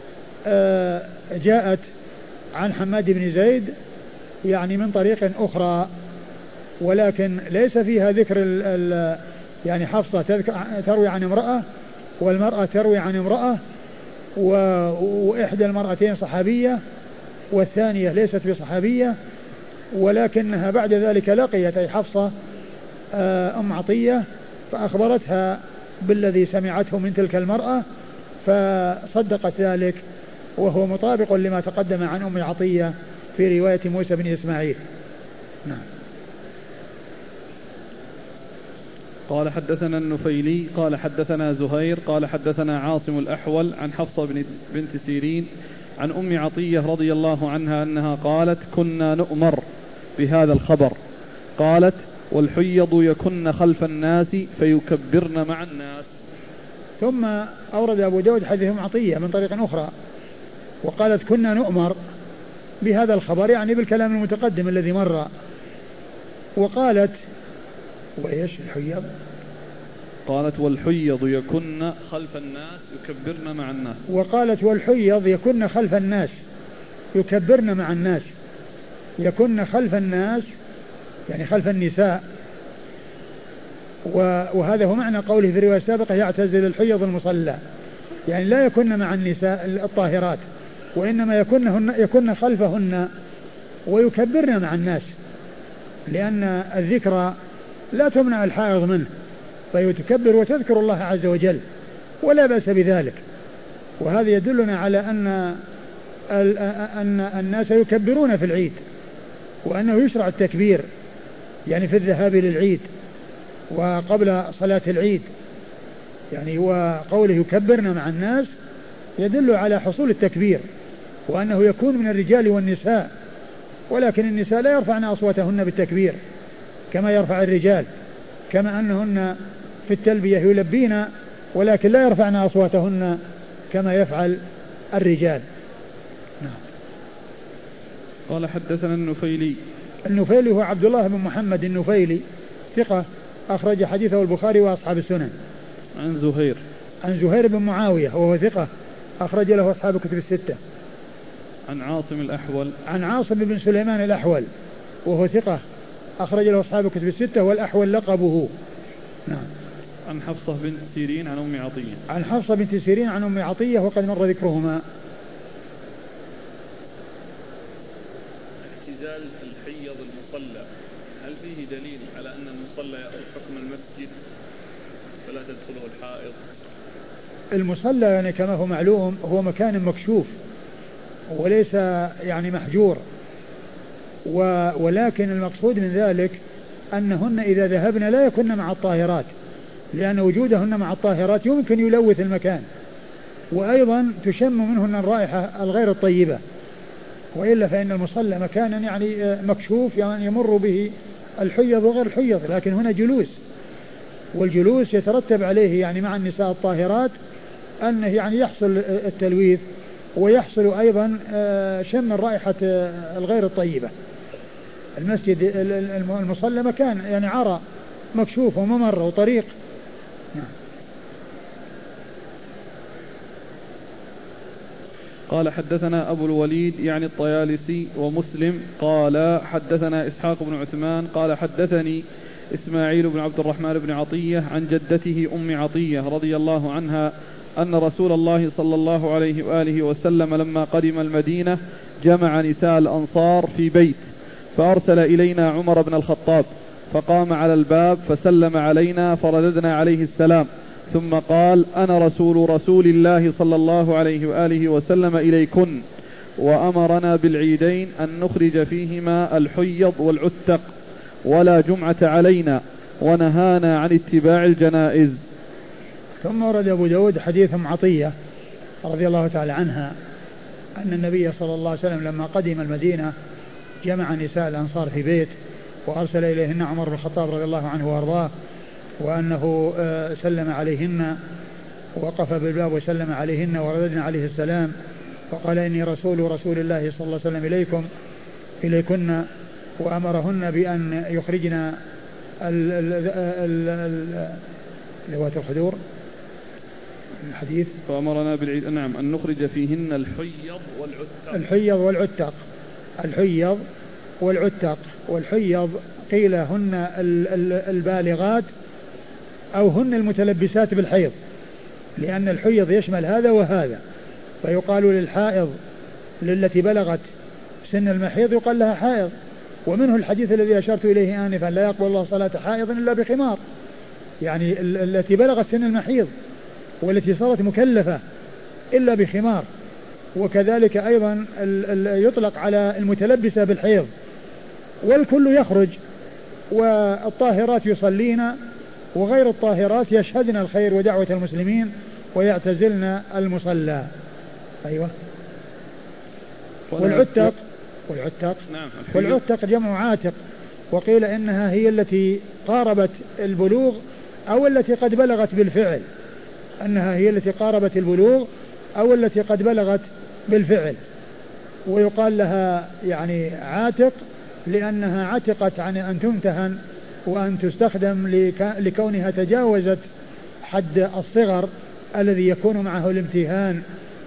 جاءت عن حماد بن زيد يعني من طريق أخرى، ولكن ليس فيها ذكر ال ال يعني حفصة تروي عن امرأة والمرأة تروي عن امرأة، وإحدى المرأتين صحابية والثانية ليست بصحابية، ولكنها بعد ذلك لقيت أي حفصة أم عطية فأخبرتها بالذي سمعته من تلك المرأة فصدقت ذلك، وهو مطابق لما تقدم عن أم عطية في رواية موسى بن إسماعيل. نعم. قال حدثنا النفيلي قال حدثنا زهير قال حدثنا عاصم الأحول عن حفصة بنت سيرين عن أم عطية رضي الله عنها أنها قالت كنا نؤمر بهذا الخبر، قالت والحيض يكن خلف الناس فيكبرن مع الناس. ثم أورد أبو داود حديث أم عطية من طريق أخرى وقالت كنا نؤمر بهذا الخبر يعني بالكلام المتقدم الذي مر، وقالت وإيش الحيض؟ قالت والحيض يكن خلف الناس يكبرن مع الناس. وقالت والحيض يكن خلف الناس يكبرن مع الناس، يكن خلف الناس يعني خلف النساء، وهذا هو معنى قوله في الرواية السابقة يعتزل الحيض المصلى، يعني لا يكن مع النساء الطاهرات وإنما يكن, يكن خلفهن ويكبرن مع الناس، لأن الذكر لا تمنع الحائض منه فيتكبر وتذكر الله عز وجل ولا بأس بذلك. وهذا يدلنا على أن أن الناس يكبرون في العيد وأنه يشرع التكبير يعني في الذهاب للعيد وقبل صلاة العيد، يعني وقوله يكبرن مع الناس يدل على حصول التكبير وأنه يكون من الرجال والنساء، ولكن النساء لا يرفعن أصواتهن بالتكبير كما يرفع الرجال، كما أنهن في التلبية يلبين ولكن لا يرفعن أصواتهن كما يفعل الرجال. نعم. قال حدثنا النفيلي. النفيلي هو عبد الله بن محمد النفيلي ثقة أخرج حديثه البخاري وأصحاب السنن. عن زهير. عن زهير بن معاوية وهو ثقة أخرج له أصحاب الكتب الستة. عن عاصم الأحول. عن عاصم بن سليمان الأحول وهو ثقة أخرج له أصحاب الكتب الستة والأحول لقبه. نعم. عن حفصة بنت سيرين عن أم عطية. عن حفصة بنت سيرين عن أم عطية وقد مر ذكرهما. اعتزال الحيض المصلى، هل فيه دليل على أن المصلى يأخذ حكم المسجد فلا تدخله الحائض؟ المصلى يعني كما هو معلوم هو مكان مكشوف وليس يعني محجور، ولكن المقصود من ذلك أنهن إذا ذهبن لا يكن مع الطاهرات، لأن وجودهن مع الطاهرات يمكن يلوث المكان، وأيضا تشم منهن الرائحة الغير الطيبة، وإلا فإن المصلى مكانا يعني مكشوف يعني يمر به الحيض وغير الحيض، لكن هنا جلوس، والجلوس يترتب عليه يعني مع النساء الطاهرات أنه يعني يحصل التلويث ويحصل أيضا شم الرائحة الغير الطيبة. المسجد المصلى مكان يعني عرى مكشوف وممر وطريق. قال حدثنا أبو الوليد يعني الطيالسي ومسلم قال حدثنا إسحاق بن عثمان قال حدثني إسماعيل بن عبد الرحمن بن عطية عن جدته أم عطية رضي الله عنها أن رسول الله صلى الله عليه وآله وسلم لما قدم المدينة جمع نساء الأنصار في بيت، فأرسل إلينا عمر بن الخطاب فقام على الباب فسلم علينا فرددنا عليه السلام، ثم قال: أنا رسول رسول الله صلى الله عليه وآله وسلم إليكن، وأمرنا بالعيدين أن نخرج فيهما الحيض والعتق ولا جمعة علينا، ونهانا عن اتباع الجنائز. ثم ورد أبو داود حديث أم عطية رضي الله تعالى عنها أن النبي صلى الله عليه وسلم لما قدم المدينة جمع نساء الأنصار في بيت، وأرسل إليهن عمر بن الخطاب رضي الله عنه وأرضاه، وأنه سلم عليهن، وقف بالباب وسلم عليهن ورددنا عليه السلام، فقال: إني رسول رسول الله صلى الله عليه وسلم إليكم إليكن، وأمرهن بأن يخرجنا ذوات الخدور الحديث، فأمرنا بالعيد نعم أن نخرج فيهن الحيض والعتق الحيض والعتق الحيض والعتق والحيض قيل هن البالغات أو هن المتلبسات بالحيض، لأن الحيض يشمل هذا وهذا، فيقال للحائض للتي بلغت سن المحيض يقال لها حائض. ومنه الحديث الذي أشرت إليه آنفا: لا يقبل الله صلاة حائض إلا بخمار، يعني التي بلغت سن المحيض والتي صارت مكلفة إلا بخمار. وكذلك أيضا يطلق على المتلبسة بالحيض، والكل يخرج، والطاهرات يصلين وغير الطاهرات يشهدن الخير ودعوة المسلمين ويعتزلن المصلى. أيوة. والعتق والعتق نعم والعتق جمع عاتق، وقيل إنها هي التي قاربت البلوغ أو التي قد بلغت بالفعل، أنها هي التي قاربت البلوغ أو التي قد بلغت بالفعل، ويقال لها يعني عاتق لأنها عتقت عن أن تمتهن وأن تستخدم لكونها تجاوزت حد الصغر الذي يكون معه الامتهان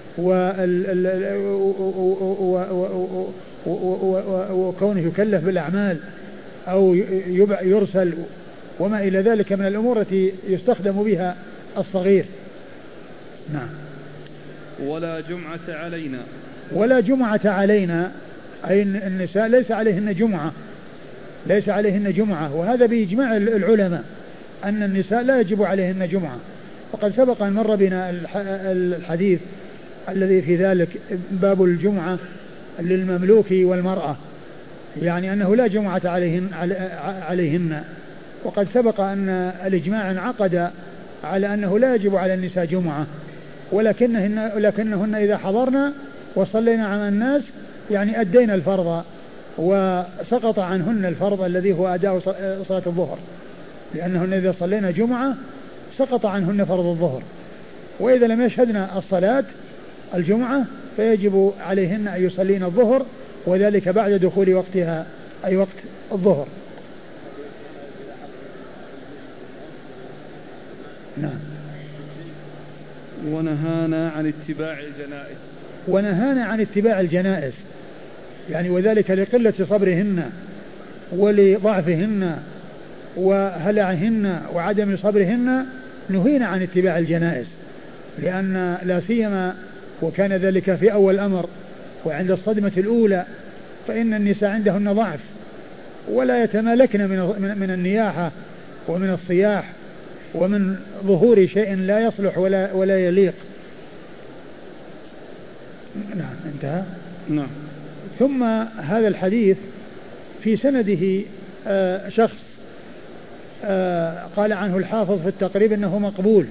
وكونه يكلف بالأعمال أو يرسل وما إلى ذلك من الأمور التي يستخدم بها الصغير. نعم. ولا جمعة علينا ولا جمعة علينا أي النساء ليس عليهن جمعة ليس عليهن جمعة وهذا بإجماع العلماء أن النساء لا يجب عليهن جمعة. وقد سبق أن مر بنا الحديث الذي في ذلك باب الجمعة للمملوك والمرأة، يعني أنه لا جمعة عليهن, عليهن. وقد سبق أن الإجماع انعقد على أنه لا يجب على النساء جمعة، ولكنهن, ولكنهن إذا حضرنا وصلينا على الناس يعني أدينا الفرض وسقط عنهن الفرض الذي هو أداء صلاة الظهر، لأنهن إذا صلينا جمعة سقط عنهن فرض الظهر، وإذا لم يشهدنا الصلاة الجمعة فيجب عليهن أن يصلين الظهر، وذلك بعد دخول وقتها أي وقت الظهر. نعم. ونهانا عن اتباع الجنائز ونهانا عن اتباع الجنائز يعني وذلك لقلة صبرهن ولضعفهن وهلعهن وعدم صبرهن، نهينا عن اتباع الجنائز، لأن لا سيما وكان ذلك في أول الأمر وعند الصدمة الأولى، فإن النساء عندهن ضعف ولا يتمالكن من من النياحة ومن الصياح ومن ظهور شيء لا يصلح ولا ولا يليق. نعم. انتهى. نعم. ثم هذا الحديث في سنده آه شخص آه قال عنه الحافظ في التقريب انه مقبول،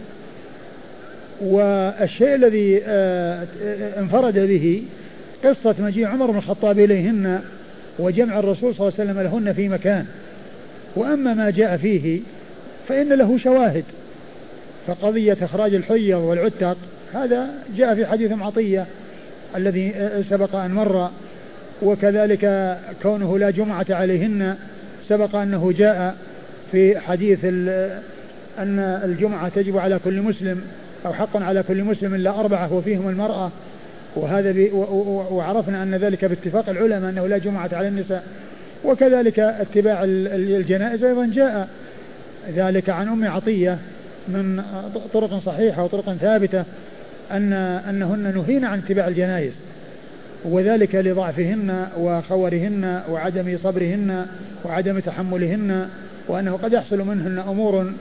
والشيء الذي آه انفرد به قصة مجيء عمر بن الخطاب إليهن وجمع الرسول صلى الله عليه وسلم لهن في مكان. وأما ما جاء فيه فإن له شواهد، فقضية إخراج الحيض والعتق هذا جاء في حديث عطية الذي سبق أن مر، وكذلك كونه لا جمعة عليهن، سبق أنه جاء في حديث أن الجمعة تجب على كل مسلم أو حق على كل مسلم إلا أربعة وفيهم المرأة، وهذا بي وعرفنا أن ذلك باتفاق العلماء أنه لا جمعة على النساء. وكذلك اتباع الجنائز أيضا جاء ذلك عن أم عطية من طرق صحيحة وطرق ثابتة أن أنهن نهين عن اتباع الجنائز، وذلك لضعفهن وخورهن وعدم صبرهن وعدم تحملهن، وأنه قد يحصل منهن أمور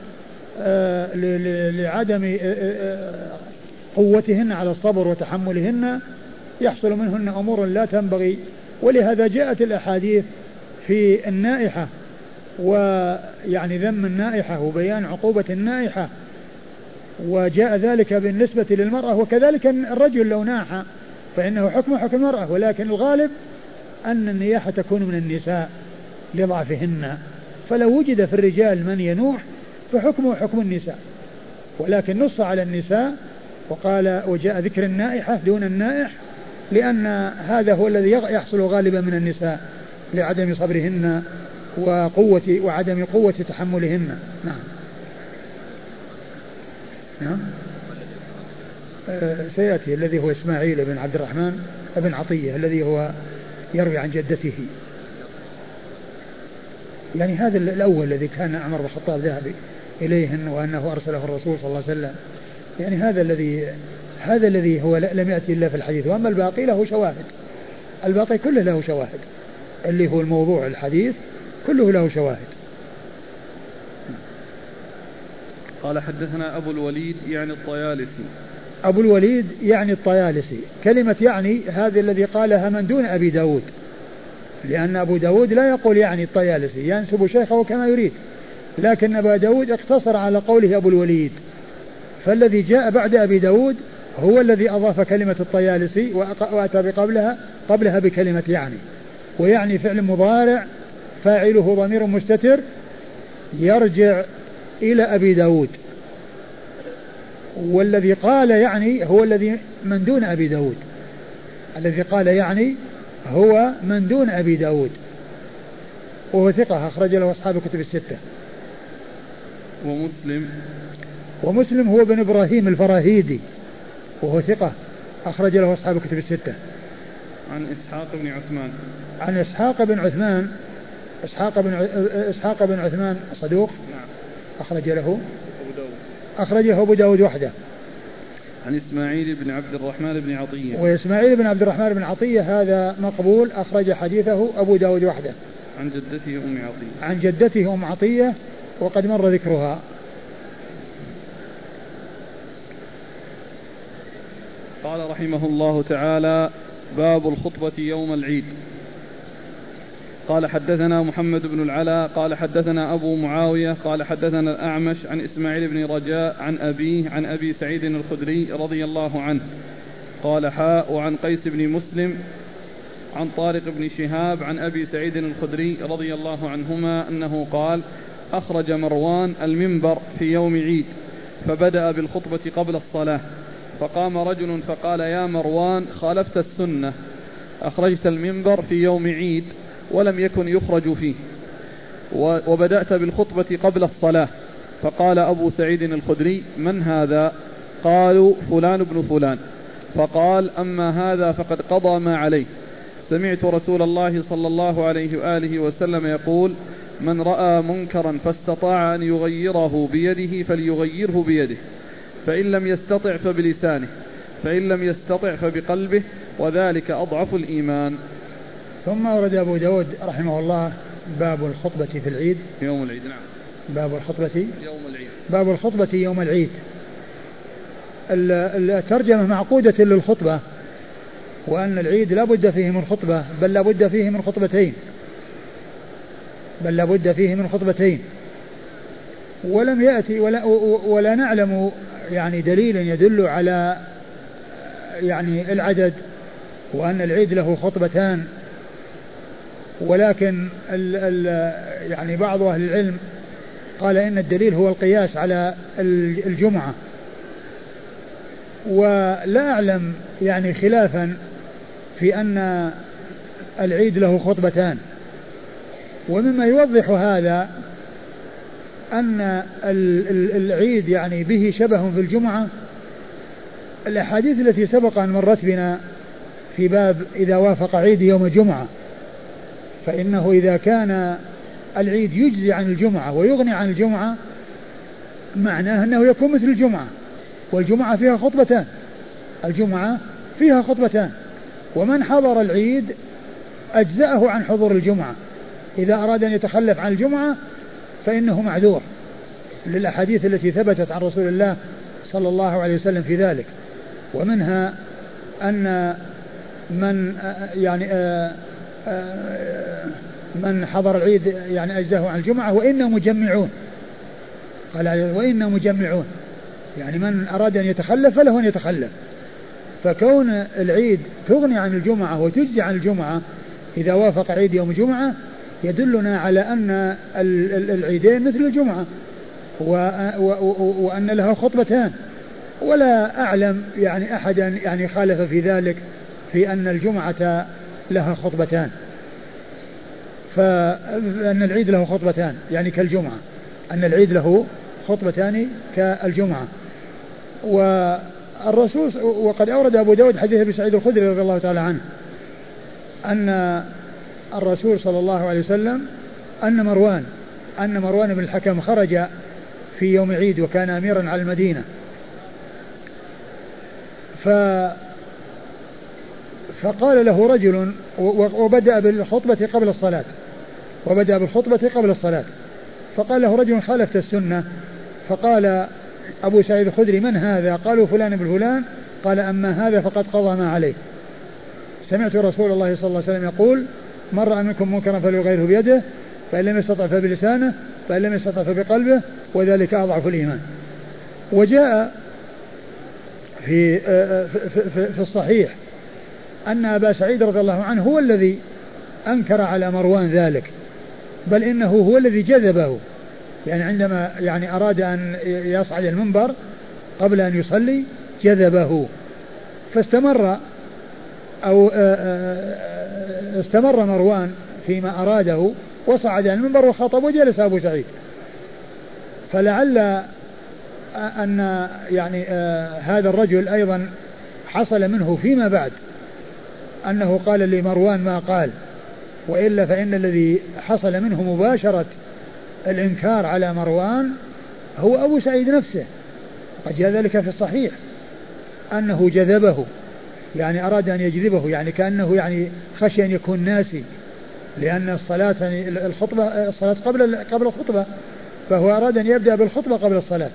لعدم قوتهن على الصبر وتحملهن، يحصل منهن أمور لا تنبغي. ولهذا جاءت الأحاديث في النائحة ويعني ذم النائحة وبيان عقوبة النائحة، وجاء ذلك بالنسبة للمرأة. وكذلك الرجل لو ناح فإنه حكم حكم المرأة، ولكن الغالب أن النياحة تكون من النساء لضعفهن، فلو وجد في الرجال من ينوح فحكمه حكم النساء، ولكن نص على النساء وقال وجاء ذكر النائحة دون النائح، لأن هذا هو الذي يحصل غالبا من النساء لعدم صبرهن وقوة وعدم قوة تحملهن. نعم نعم آه سيأتي الذي هو إسماعيل بن عبد الرحمن بن عطية الذي هو يروي عن جدته، يعني هذا الأول الذي كان عمر بن الخطاب ذهب إليهن وأنه أرسله الرسول صلى الله عليه وسلم، يعني هذا الذي هذا الذي هو لم يأتي إلا في الحديث. وأما الباقي له شواهد، الباقي كله له شواهد، اللي هو الموضوع الحديث كله له شواهد. قال حدثنا أبو الوليد يعني الطيالسي. أبو الوليد يعني الطيالسي، كلمة يعني هذا الذي قالها من دون أبي داود، لأن أبو داود لا يقول يعني الطيالسي، ينسب شيخه كما يريد، لكن أبا داود اقتصر على قوله أبو الوليد، فالذي جاء بعد أبي داود هو الذي أضاف كلمة الطيالسي وأتى بقبلها قبلها بكلمة يعني. ويعني فعل مضارع فاعله ضمير مستتر يرجع إلى أبي داود، والذي قال يعني هو الذي من دون أبي داود، الذي قال يعني هو من دون أبي داود، وهو ثقة أخرج له أصحاب الكتب الستة. ومسلم ومسلم هو بن إبراهيم الفراهيدي وهو ثقة أخرج له أصحاب الكتب الستة. عن إسحاق بن عثمان عن إسحاق بن عثمان إسحاق بن إسحاق بن عثمان صدوق. نعم. أخرج له أبو داود أخرجه أبو داود وحده. عن إسماعيل بن عبد الرحمن بن عطية. وإسماعيل بن عبد الرحمن بن عطية هذا مقبول، أخرج حديثه أبو داود وحده. عن جدته أم عطية. عن جدته أم عطية وقد مر ذكرها. قال رحمه الله تعالى: باب الخطبة يوم العيد. قال حدثنا محمد بن العلاء قال حدثنا أبو معاوية قال حدثنا الأعمش عن إسماعيل بن رجاء عن أبيه عن أبي سعيد الخدري رضي الله عنه قال حاء وعن قيس بن مسلم عن طارق بن شهاب عن أبي سعيد الخدري رضي الله عنهما أنه قال: أخرج مروان المنبر في يوم عيد فبدأ بالخطبة قبل الصلاة، فقام رجل فقال: يا مروان، خالفت السنة، أخرجت المنبر في يوم عيد ولم يكن يخرج فيه، وبدأت بالخطبة قبل الصلاة. فقال أبو سعيد الخدري: من هذا؟ قالوا: فلان بن فلان. فقال: أما هذا فقد قضى ما عليه، سمعت رسول الله صلى الله عليه وآله وسلم يقول: من رأى منكرا فاستطاع أن يغيره بيده فليغيره بيده، فإن لم يستطع فبلسانه، فإن لم يستطع فبقلبه، وذلك أضعف الإيمان. ثم ورد أبو داود رحمه الله باب الخطبة في العيد يوم العيد. نعم. باب الخطبة يوم العيد باب الخطبة يوم العيد. الترجمة معقودة للخطبة، وأن العيد لا بد فيه من خطبة، بل لا بد فيه من خطبتين بل لا بد فيه من خطبتين ولم يأتي ولا, ولا نعلم يعني دليل يدل على يعني العدد وأن العيد له خطبتان، ولكن ال ال يعني بعض أهل العلم قال إن الدليل هو القياس على الجمعة، ولا أعلم يعني خلافا في أن العيد له خطبتان. ومما يوضح هذا أن العيد يعني به شبه في الجمعة الأحاديث التي سبق أن مرت بنا في باب إذا وافق عيد يوم الجمعة، فإنه إذا كان العيد يجزي عن الجمعة ويغني عن الجمعة معناه أنه يكون مثل الجمعة، والجمعة فيها خطبتان، الجمعة فيها خطبتان، ومن حضر العيد أجزأه عن حضور الجمعة، إذا أراد أن يتخلف عن الجمعة فإنه معذور للأحاديث التي ثبتت عن رسول الله صلى الله عليه وسلم في ذلك. ومنها أن من يعني من حضر العيد يعني أجزاه عن الجمعة وإنا مجمعون، قال وإنا مجمعون، يعني من أراد أن يتخلف فله أن يتخلف. فكون العيد تغني عن الجمعة وتجزي عن الجمعة إذا وافق عيد يوم الجمعة يدلنا على أن العيدين مثل الجمعة وأن لها خطبتان، ولا أعلم يعني أحدا يعني خالف في ذلك في أن الجمعة لها خطبتان، فأن العيد له خطبتان يعني كالجمعة، أن العيد له خطبتان كالجمعة. والرسول وقد أورد أبو داود حديث أبي سعيد الخدري رضي الله تعالى عنه أن الرسول صلى الله عليه وسلم أن مروان أن مروان بن الحكم خرج في يوم عيد وكان أميرا على المدينة، ف فقال له رجل وبدأ بالخطبة قبل الصلاة وبدأ بالخطبة قبل الصلاة فقال له رجل خالفت السنة، فقال أبو سعيد الخدري من هذا؟ قالوا فلان بن فلان، قال أما هذا فقد قضى ما عليه. سمعت رسول الله صلى الله عليه وسلم يقول من رأى منكم منكرا فليغيره بيده فإن لم يستطع فبلسانه فإن لم يستطع فبقلبه وذلك أضعف الإيمان. وجاء في في الصحيح أن أبا سعيد رضي الله عنه هو الذي أنكر على مروان ذلك، بل إنه هو الذي جذبه، يعني عندما يعني أراد أن يصعد المنبر قبل أن يصلي جذبه، فاستمر أو استمر مروان فيما أراده وصعد المنبر وخطب وجلس أبو سعيد. فلعل أن يعني هذا الرجل أيضا حصل منه فيما بعد أنه قال لمروان ما قال، وإلا فإن الذي حصل منه مباشرة الإنكار على مروان هو أبو سعيد نفسه، قد جاء ذلك في الصحيح أنه جذبه، يعني أراد أن يجذبه، يعني كأنه يعني خشي أن يكون ناسي، لأن الصلاة يعني الخطبة الصلاة قبل قبل الخطبة، فهو أراد أن يبدأ بالخطبة قبل الصلاة،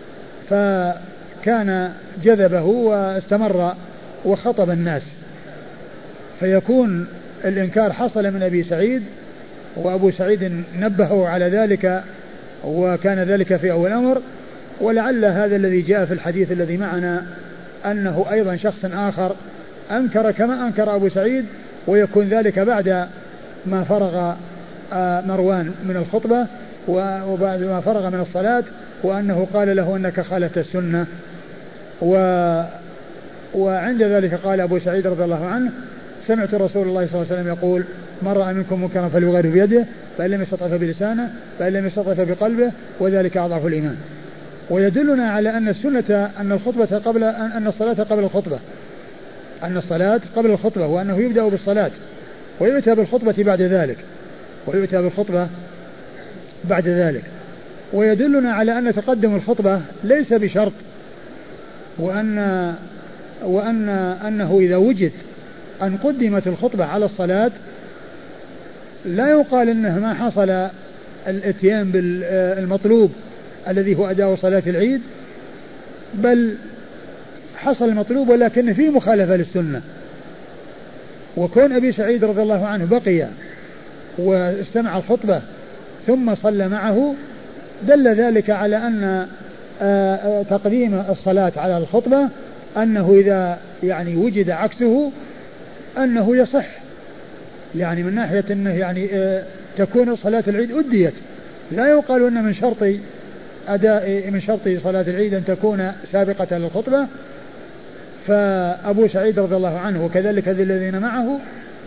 فكان جذبه واستمر وخطب الناس، فيكون الإنكار حصل من أبي سعيد وأبو سعيد نبهه على ذلك وكان ذلك في أول أمر. ولعل هذا الذي جاء في الحديث الذي معنا أنه أيضا شخص آخر أنكر كما أنكر أبو سعيد، ويكون ذلك بعد ما فرغ مروان من الخطبة وبعد ما فرغ من الصلاة، وأنه قال له أنك خالفت السنة. و وعند ذلك قال أبو سعيد رضي الله عنه سمعت رسول الله صلى الله عليه وسلم يقول من رأى منكم منكرا فليغيره بيده فإن لم يستطع فبلسانه فإن لم يستطع فبقلبه وذلك أضعف الإيمان. ويدلنا على أن السنة أن الخطبة قبل أن الصلاة قبل الخطبة أن الصلاة قبل الخطبة وأنه يبدأ بالصلاة ويؤتى بالخطبة بعد ذلك ويؤتى بالخطبة بعد ذلك. ويدلنا على أن تقدم الخطبة ليس بشرط، وأن وأن أنه إذا وجد أن قدمت الخطبة على الصلاة لا يقال إنه ما حصل الاتيان بالمطلوب الذي هو أداء صلاة العيد، بل حصل المطلوب ولكن فيه مخالفة للسنة. وكون أبي سعيد رضي الله عنه بقي واستمع الخطبة ثم صلى معه دل ذلك على أن تقديم الصلاة على الخطبة أنه إذا يعني وجد عكسه أنه يصح، يعني من ناحية أنه يعني تكون صلاة العيد أديت، لا يقال أن من شرط أداء من شرط صلاة العيد أن تكون سابقة للخطبة. فأبو سعيد رضي الله عنه وكذلك الذين معه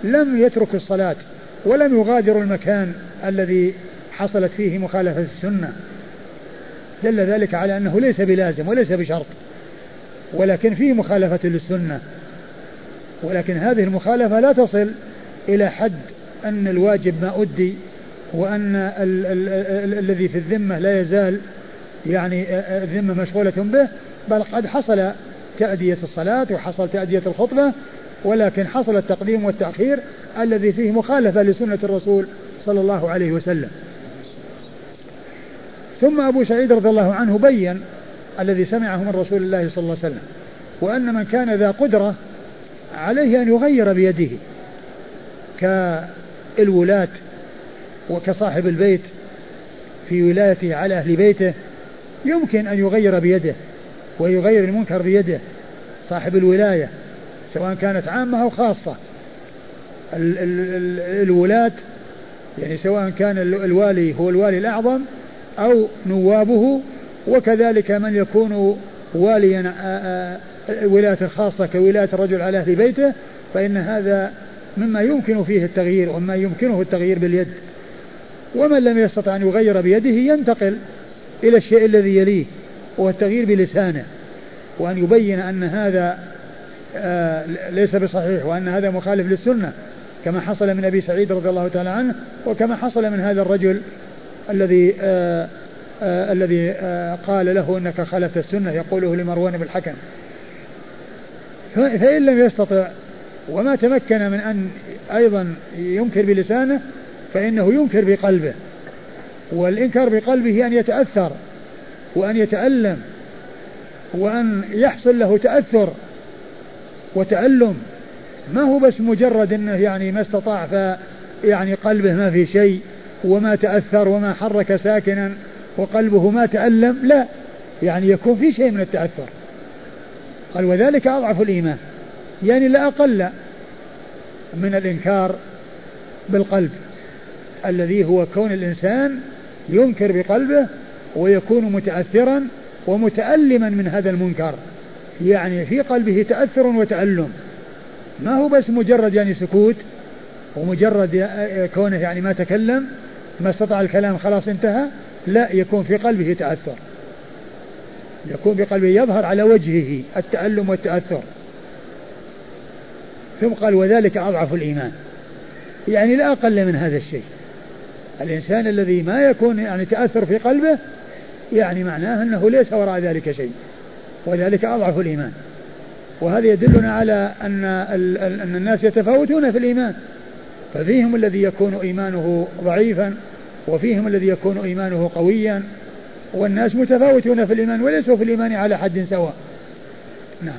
لم يترك الصلاة ولم يغادر المكان الذي حصلت فيه مخالفة السنة، دل ذلك على أنه ليس بلازم وليس بشرط، ولكن فيه مخالفة للسنة، ولكن هذه المخالفة لا تصل إلى حد أن الواجب ما أدي وأن ال- ال- ال- الذي في الذمة لا يزال يعني الذمة مشغولة به، بل قد حصل تأدية الصلاة وحصل تأدية الخطبة، ولكن حصل التقديم والتأخير الذي فيه مخالفة لسنة الرسول صلى الله عليه وسلم. ثم أبو سعيد رضي الله عنه بين الذي سمعه من رسول الله صلى الله عليه وسلم، وأن من كان ذا قدرة عليه أن يغير بيده كالولاة وكصاحب البيت في ولايته على أهل بيته، يمكن أن يغير بيده ويغير المنكر بيده. صاحب الولاية سواء كانت عامة أو خاصة، ال- ال- الولاة يعني سواء كان الوالي هو الوالي الأعظم أو نوابه، وكذلك من يكون واليا ولاية خاصة كولاية الرجل على أهل بيته، فإن هذا مما يمكن فيه التغيير وما يمكنه التغيير باليد. ومن لم يستطع أن يغير بيده ينتقل إلى الشيء الذي يليه وهو التغيير بلسانه، وأن يبين أن هذا آه ليس بصحيح وأن هذا مخالف للسنة، كما حصل من أبي سعيد رضي الله تعالى عنه، وكما حصل من هذا الرجل الذي آه آه الذي آه قال له إنك خالفت السنة، يقوله لمروان بن الحكم. فإن لم يستطع وما تمكن من أن أيضا ينكر بلسانه فإنه ينكر بقلبه، والإنكار بقلبه أن يتأثر وأن يتألم وأن يحصل له تأثر وتألم، ما هو بس مجرد أنه يعني ما استطاع فيعني قلبه ما في شيء وما تأثر وما حرك ساكنا وقلبه ما تألم، لا، يعني يكون في شيء من التأثر. قال وذلك أضعف الإيمان، يعني لا أقل من الإنكار بالقلب الذي هو كون الإنسان ينكر بقلبه ويكون متأثرا ومتألما من هذا المنكر، يعني في قلبه تأثر وتألم، ما هو بس مجرد يعني سكوت ومجرد كونه يعني ما تكلم ما استطاع الكلام خلاص انتهى، لا، يكون في قلبه تأثر، يكون بقلبه يظهر على وجهه التألم والتأثر. ثم قال وذلك أضعف الإيمان، يعني لا أقل من هذا الشيء. الإنسان الذي ما يكون يعني تأثر في قلبه يعني معناه أنه ليس وراء ذلك شيء، وذلك أضعف الإيمان. وهذا يدلنا على أن, أن الناس يتفاوتون في الإيمان، ففيهم الذي يكون إيمانه ضعيفا وفيهم الذي يكون إيمانه قويا، والناس متفاوتون في الإيمان وليسوا في الإيمان على حد سواء. نعم.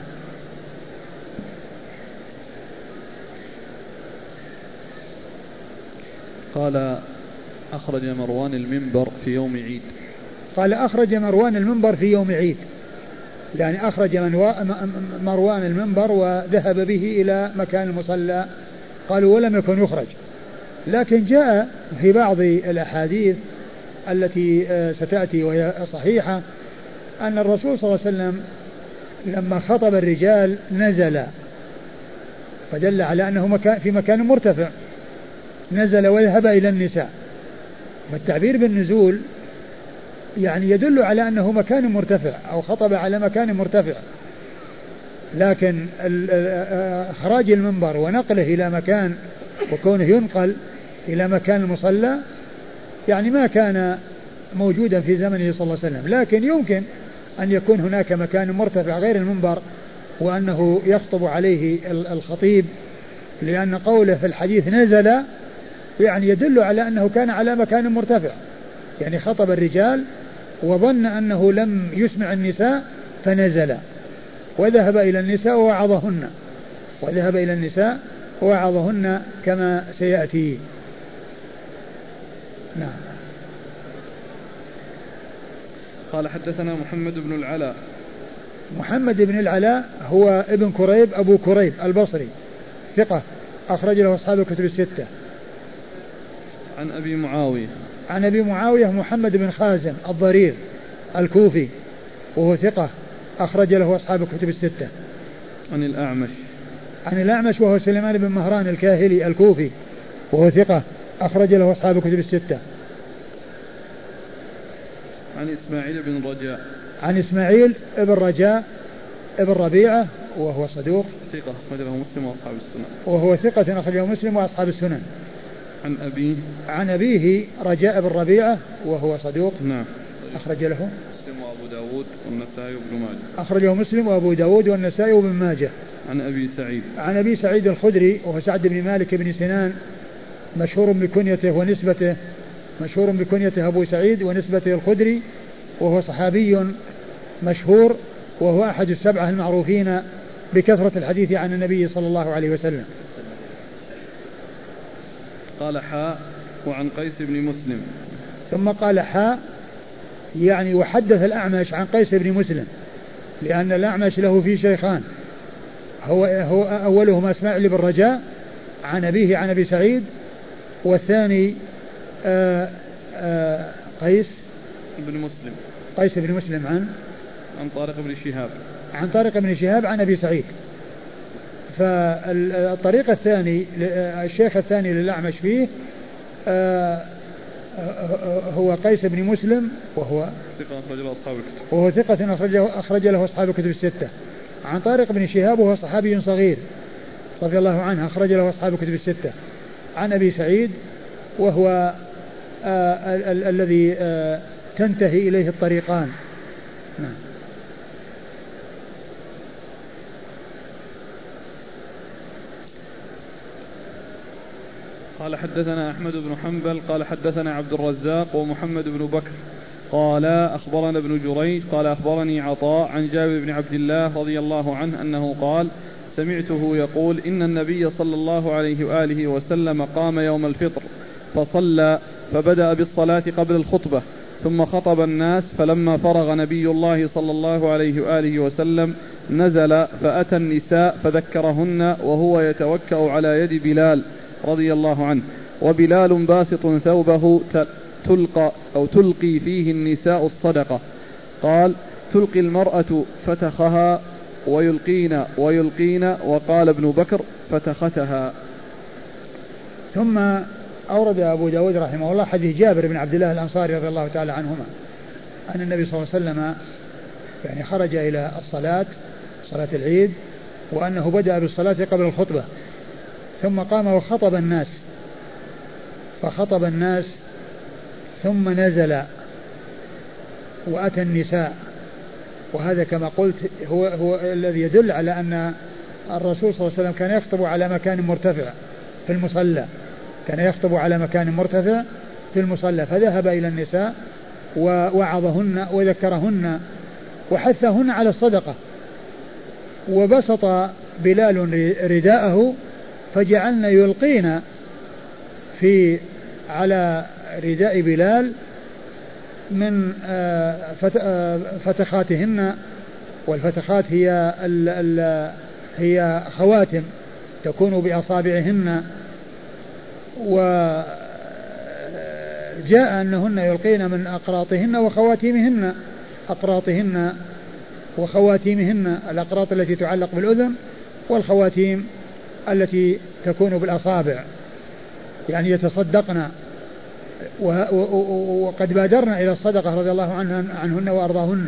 قال أخرج مروان المنبر في يوم عيد. قال أخرج مروان المنبر في يوم عيد، يعني أخرج مروان المنبر وذهب به إلى مكان المصلى. قالوا ولم يكن يخرج، لكن جاء في بعض الأحاديث التي ستأتي وهي صحيحة أن الرسول صلى الله عليه وسلم لما خطب الرجال نزل، فدل على أنه مكان في مكان مرتفع، نزل وذهب إلى النساء. والتعبير بالنزول يعني يدل على أنه مكان مرتفع أو خطب على مكان مرتفع، لكن إخراج المنبر ونقله إلى مكان وكونه ينقل إلى مكان المصلى يعني ما كان موجودا في زمنه صلى الله عليه وسلم، لكن يمكن أن يكون هناك مكان مرتفع غير المنبر وأنه يخطب عليه الخطيب، لأن قوله في الحديث نزل يعني يدل على أنه كان على مكان مرتفع، يعني خطب الرجال وظن أنه لم يسمع النساء فنزل وذهب إلى النساء ووعظهن وذهب إلى النساء ووعظهن كما سيأتي. نعم. قال حدثنا محمد بن العلاء. محمد بن العلاء هو ابن كريب أبو كريب البصري، ثقة أخرج له أصحاب الكتب الستة. عن أبي معاوية. عن أبي معاوية محمد بن خازم الضرير الكوفي وهو ثقة أخرج له أصحاب الكتب الستة. عن الأعمش. عن الأعمش وهو سليمان بن مهران الكاهلي الكوفي وهو ثقة أخرج له أصحاب الكتب الستة. عن إسماعيل بن رجاء عن إسماعيل بن رجاء ابن ربيعة وهو صدوق ثقة أخرجه مسلم وأصحاب السنن وهو ثقة أخرجه مسلم وأصحاب السنن. عن أبيه عن أبيه رجاء بن ربيعة وهو صدوق نعم أخرج له مسلم وأبو داود والنسائي وابن ماجه أخرجه مسلم وأبو داود والنسائي وابن ماجه. عن أبي سعيد عن أبي سعيد الخدري وهو سعد بن مالك بن سنان مشهور بكنيته ونسبته مشهور بكنيته أبو سعيد ونسبته الخدري وهو صحابي مشهور وهو أحد السبعة المعروفين بكثرة الحديث عن النبي صلى الله عليه وسلم. قال حاء وعن قيس بن مسلم ثم قال حاء يعني وحدث الأعمش عن قيس بن مسلم لأن الأعمش له في شيخان هو, هو أولهما إسماعيل بن رجاء عن أبيه عن أبي سعيد والثاني آآ آآ قيس بن مسلم قيس بن مسلم عن عن طارق بن شهاب عن طارق بن شهاب عن أبي سعيد. فالطريق الثاني الشيخ الثاني للأعمش فيه هو قيس بن مسلم وهو ثقة أخرج له أصحاب الكتب وهو ثقة أخرج له أصحاب الكتب الستة. عن طارق بن شهاب وهو صحابي صغير رضي الله عنه أخرج له أصحاب الكتب الستة. عن أبي سعيد وهو آه ال- ال- الذي آه تنتهي إليه الطريقان. نعم. قال حدثنا أحمد بن حنبل قال حدثنا عبد الرزاق ومحمد بن بكر قال أخبرنا ابن جريج قال أخبرني عطاء عن جابر بن عبد الله رضي الله عنه أنه قال سمعته يقول إن النبي صلى الله عليه وآله وسلم قام يوم الفطر فصلى فبدأ بالصلاة قبل الخطبة ثم خطب الناس فلما فرغ نبي الله صلى الله عليه وآله وسلم نزل فأتى النساء فذكرهن وهو يتوكأ على يد بلال رضي الله عنه وبلال باسط ثوبه تلقى أو تلقي فيه النساء الصدقة. قال تلقي المرأة فتخها ويلقين ويلقين وقال ابن بكر فتختها. ثم أورد أبو داود رحمه الله حديث جابر بن عبد الله الأنصاري رضي الله تعالى عنهما أن النبي صلى الله عليه وسلم يعني خرج إلى الصلاة صلاة العيد وأنه بدأ بالصلاة قبل الخطبة ثم قام وخطب الناس فخطب الناس ثم نزل وأتى النساء. وهذا كما قلت هو, هو الذي يدل على أن الرسول صلى الله عليه وسلم كان يخطب على مكان مرتفع في المصلى كان يخطب على مكان مرتفع في المصلى فذهب إلى النساء ووعظهن وذكرهن وحثهن على الصدقة وبسط بلال رداءه فجعلنا يلقين في على رداء بلال من فتخاتهن والفتخات هي ال ال هي خواتم تكون بأصابعهن وجاء أنهن يلقين من أقراطهن وخواتيمهن أقراطهن وخواتيمهن الأقراط التي تعلق بالأذن والخواتيم التي تكون بالأصابع يعني يتصدقن وقد بادرنا إلى الصدقة رضي الله عنهن وأرضاهن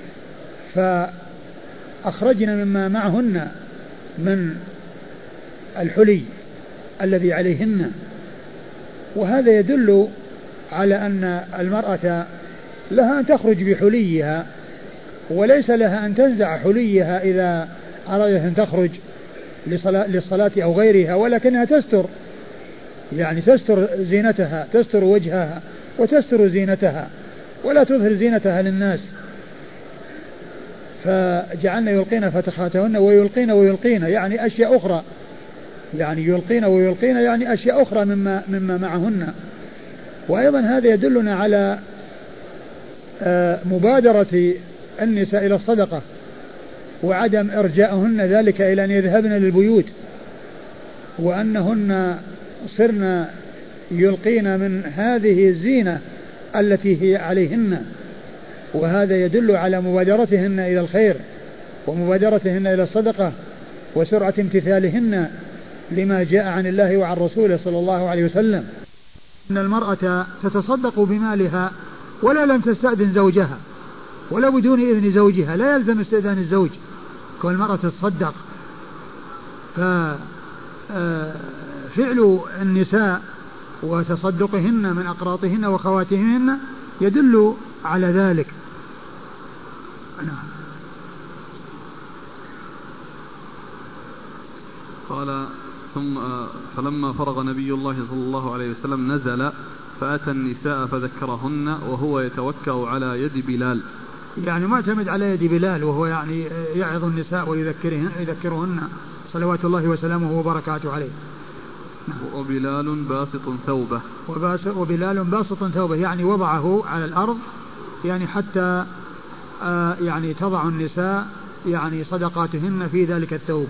فأخرجنا مما معهن من الحلي الذي عليهن. وهذا يدل على أن المرأة لها أن تخرج بحليها وليس لها أن تنزع حليها إذا أرادت أن تخرج للصلاة أو غيرها ولكنها تستر يعني تستر زينتها تستر وجهها وتستر زينتها ولا تظهر زينتها للناس. فجعلنا يلقين فتخاتهن ويلقين ويلقين يعني أشياء أخرى يعني يلقين ويلقين يعني أشياء أخرى مما, مما معهن. وأيضا هذا يدلنا على مبادرة النساء إلى الصدقة وعدم إرجاءهن ذلك إلى أن يذهبن للبيوت وأنهن صرنا يلقين من هذه الزينة التي هي عليهن. وهذا يدل على مبادرتهن إلى الخير ومبادرتهن إلى الصدقة وسرعة امتثالهن لما جاء عن الله وعن رسوله صلى الله عليه وسلم. أن المرأة تتصدق بمالها ولا لم تستأذن زوجها ولا بدون إذن زوجها، لا يلزم استئذان الزوج كون المرأة تتصدق. ففعل النساء وتصدقهن من أقراطهن وخواتهن يدل على ذلك. قال ثم فلما فرغ نبي الله صلى الله عليه وسلم نزل فأتى النساء فذكرهن وهو يتوكأ على يد بلال، يعني معتمد على يد بلال وهو يعني يعظ النساء ويذكرهن يذكرهن صلوات الله وسلامه وبركاته عليه. وبلال باسط ثوبه وبلال باسط ثوبه يعني وضعه على الأرض يعني حتى آه يعني تضع النساء يعني صدقاتهن في ذلك الثوب.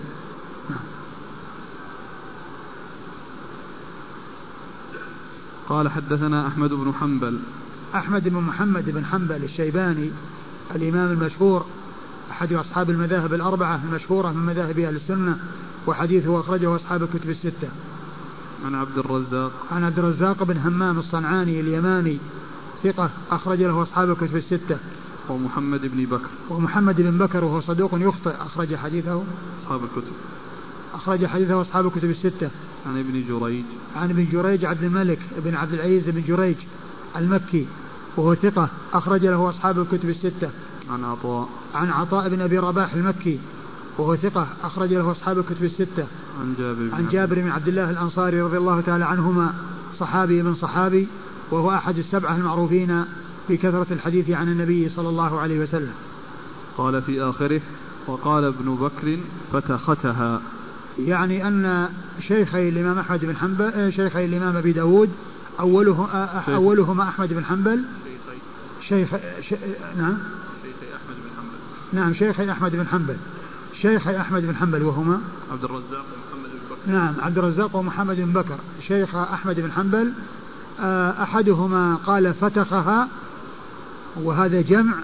قال حدثنا أحمد بن حنبل. أحمد بن محمد بن حنبل الشيباني الإمام المشهور أحد أصحاب المذاهب الأربعة المشهورة من مذاهب أهل السنة، وحديثه أخرجه أصحاب الكتب الستة. عن عبد الرزاق عن عبد الرزاق بن همام الصنعاني اليماني ثقة أخرج له أصحاب الكتب الستة. ومحمد بن بكر ومحمد بن بكر وهو صدوق يخطئ أخرج حديثه أصحاب الكتب أخرج حديثه أصحاب الكتب الستة. عن ابن جريج عن ابن جريج عبد الملك بن عبد العزيز بن جريج المكي وهو ثقة أخرج له أصحاب الكتب الستة. عن عطاء عن عطاء بن أبي رباح المكي وهو ثقة أخرج له أصحاب الكتب الستة. عن جابر عن جابر بن عبد الله الأنصاري رضي الله تعالى عنهما صحابي من صحابي وهو أحد السبعة المعروفين بكثرة الحديث عن النبي صلى الله عليه وسلم. قال في آخره وقال ابن بكر فتختها، يعني أن شيخي الإمام أحمد بن حنبل شيخي الإمام أبي داود أوله أولهما أحمد بن حنبل شيخ ش... نعم شيخي أحمد بن حنبل نعم شيخي أحمد بن حنبل شيخي أحمد بن حنبل وهما عبد الرزاق ومحمد بن بكر. نعم عبد الرزاق ومحمد بن بكر. شيخ أحمد بن حنبل أحدهما قال فتخها وهذا جمع،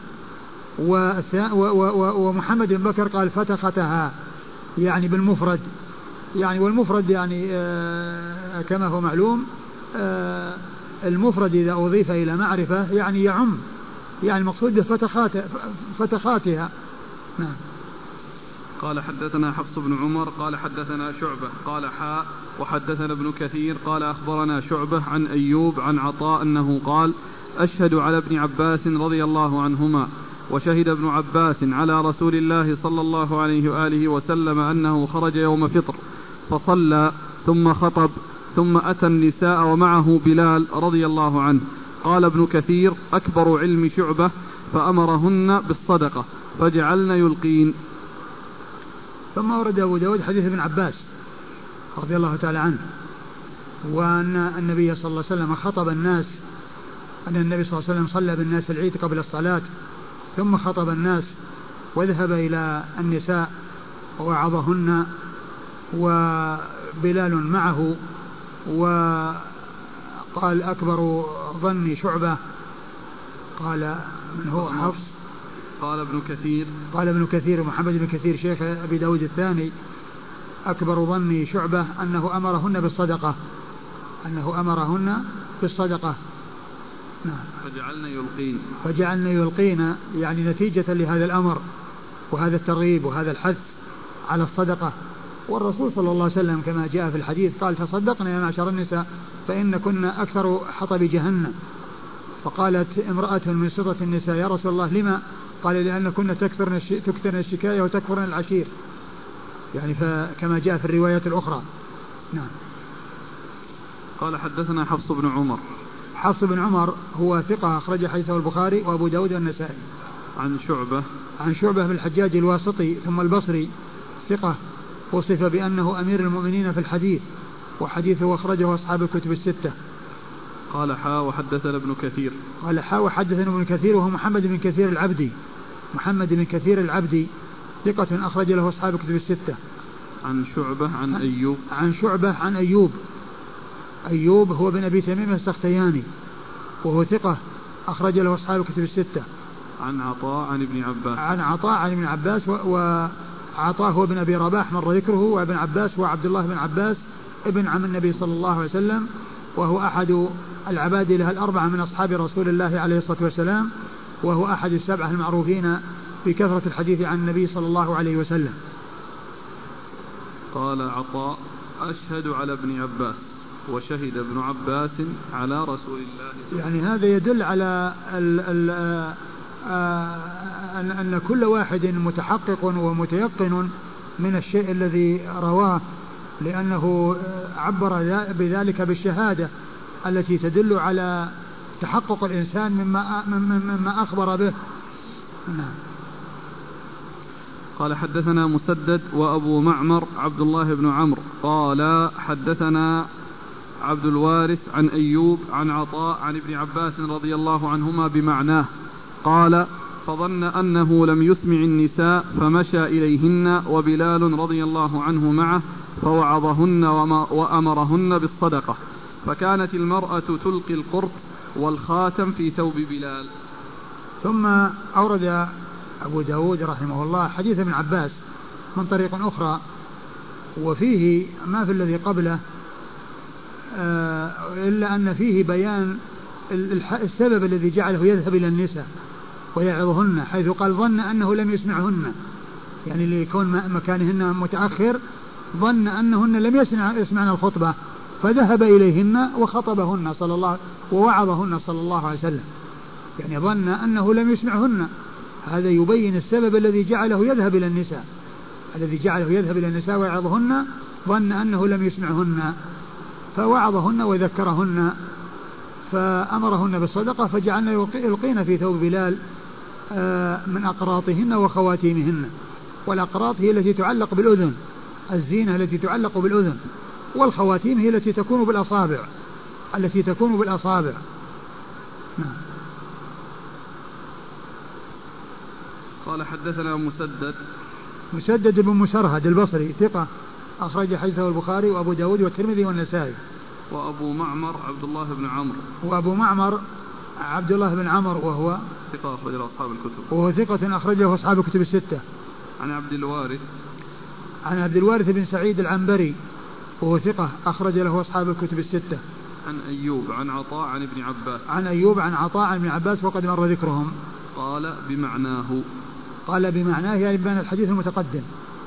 ومحمد بن بكر قال فتختها يعني بالمفرد، يعني والمفرد يعني كما هو معلوم المفرد إذا أضيف إلى معرفة يعني يعم، يعني المقصود بفتخات فتخاتها. نعم. قال حدثنا حفص بن عمر قال حدثنا شعبة قال حاء وحدثنا ابن كثير قال أخبرنا شعبة عن أيوب عن عطاء أنه قال أشهد على ابن عباس رضي الله عنهما وشهد ابن عباس على رسول الله صلى الله عليه وآله وسلم أنه خرج يوم فطر فصلى ثم خطب ثم أتى النساء ومعه بلال رضي الله عنه. قال ابن كثير أكبر علم شعبة فأمرهن بالصدقة فجعلن يلقين. ثم ورد أبو داود حديث ابن عباس رضي الله تعالى عنه وأن النبي صلى الله عليه وسلم خطب الناس، أن النبي صلى الله عليه وسلم صلى بالناس العيد قبل الصلاة ثم خطب الناس وذهب إلى النساء ووعظهن وبلال معه. وقال أكبر ظني شعبة قال من هو حفص قال ابن كثير قال ابن كثير محمد بن كثير شيخ أبي داود الثاني أكبر ظني شعبة أنه أمرهن بالصدقة أنه أمرهن بالصدقة. نعم. فجعلنا يلقين فجعلنا يلقين يعني نتيجة لهذا الأمر وهذا الترغيب وهذا الحث على الصدقة. والرسول صلى الله عليه وسلم كما جاء في الحديث قال تصدقنا يا معشر النساء فإن كنا أكثر حطب جهنم. فقالت امرأة من سطة النساء يا رسول الله لما؟ قال لأن كنا تكثرن تكثرن الشكاية وتكفرن العشير، يعني كما جاء في الروايات الأخرى. نعم. قال حدثنا حفص بن عمر. حفص بن عمر هو ثقة أخرج حديثه البخاري وأبو داود والنسائي. عن شعبة عن شعبة بن الحجاج الواسطي ثم البصري ثقة وصف بأنه أمير المؤمنين في الحديث وحديثه أخرجه أصحاب الكتب الستة. قال حا وحدثنا ابن كثير قال حا وحدثنا ابن كثير وهو محمد بن كثير العبدي محمد بن كثير العبدي ثقة أخرج له أصحاب الكتب الستة. عن شعبة عن أيوب عن شعبة عن أيوب أيوب هو بن أبي تميم السختياني وهو ثقة أخرج له أصحاب الكتب الستة. عن عطاء عن ابن عباس عن عطاء عن ابن عباس عطاء هو ابن أبي رباح مر ذكره، وابن عباس وعبد الله بن عباس ابن عم النبي صلى الله عليه وسلم، وهو أحد العباد له الأربعة من أصحاب رسول الله عليه الصلاة والسلام، وهو أحد السبعة المعروفين بكثرة الحديث عن النبي صلى الله عليه وسلم. قال عطاء: أشهد على ابن عباس وشهد ابن عباس على رسول الله. يعني هذا يدل على ال ال أن, أن كل واحد متحقق ومتيقن من الشيء الذي رواه، لأنه عبر بذلك بالشهادة التي تدل على تحقق الإنسان مما, مما أخبر به. نعم. قال: حدثنا مسدد وأبو معمر عبد الله بن عمرو قال: حدثنا عبد الوارث عن أيوب عن عطاء عن ابن عباس رضي الله عنهما بمعناه قال: فظن أنه لم يسمع النساء فمشى إليهن وبلال رضي الله عنه معه فوعظهن وأمرهن بالصدقة، فكانت المرأة تلقي القرط والخاتم في ثوب بلال. ثم أورد أبو داود رحمه الله حديث ابن عباس من طريق أخرى، وفيه ما في الذي قبله إلا أن فيه بيان السبب الذي جعله يذهب إلى النساء ويعظهن، حيث قال ظن أنه لم يسمعهن، يعني ليكون مكانهن متأخر، ظن أنهن لم يسمعن الخطبة فذهب إليهن وخطبهن صلى الله ووعظهن صلى الله عليه وسلم، يعني ظن أنه لم يسمعهن. هذا يبين السبب الذي جعله يذهب إلى النساء، الذي جعله يذهب إلى النساء ويعظهن، ظن أنه لم يسمعهن فوعظهن وذكرهن فأمرهن بالصدقة، فجعلنا يلقين في ثوب بلال من أقراطهن وخواتيمهن. والأقراط هي التي تعلق بالأذن، الزينة التي تعلق بالأذن، والخواتيم هي التي تكون بالأصابع التي تكون بالأصابع. نعم. قال: حدثنا مسدد مسدد بن مسرهد البصري ثقة أخرج حديثه البخاري وأبو داود والترمذي والنسائي. وأبو معمر عبد الله بن عمرو وأبو معمر عبد الله بن عمرو وهو ثقة أخرجه أصحاب الكتب وهو ثقة أخرجه أصحاب الكتب الستة. عن عبد الوارث عن عبد الوارث بن سعيد العنبري وهو ثقة أخرج له أصحاب الكتب الستة. عن أيوب عن عطاء عن ابن عباس عن أيوب عن عطاء عن ابن عباس وقد مر ذكرهم. قال بمعناه قال بمعناه يعني بمعنى الحديث المتقدم.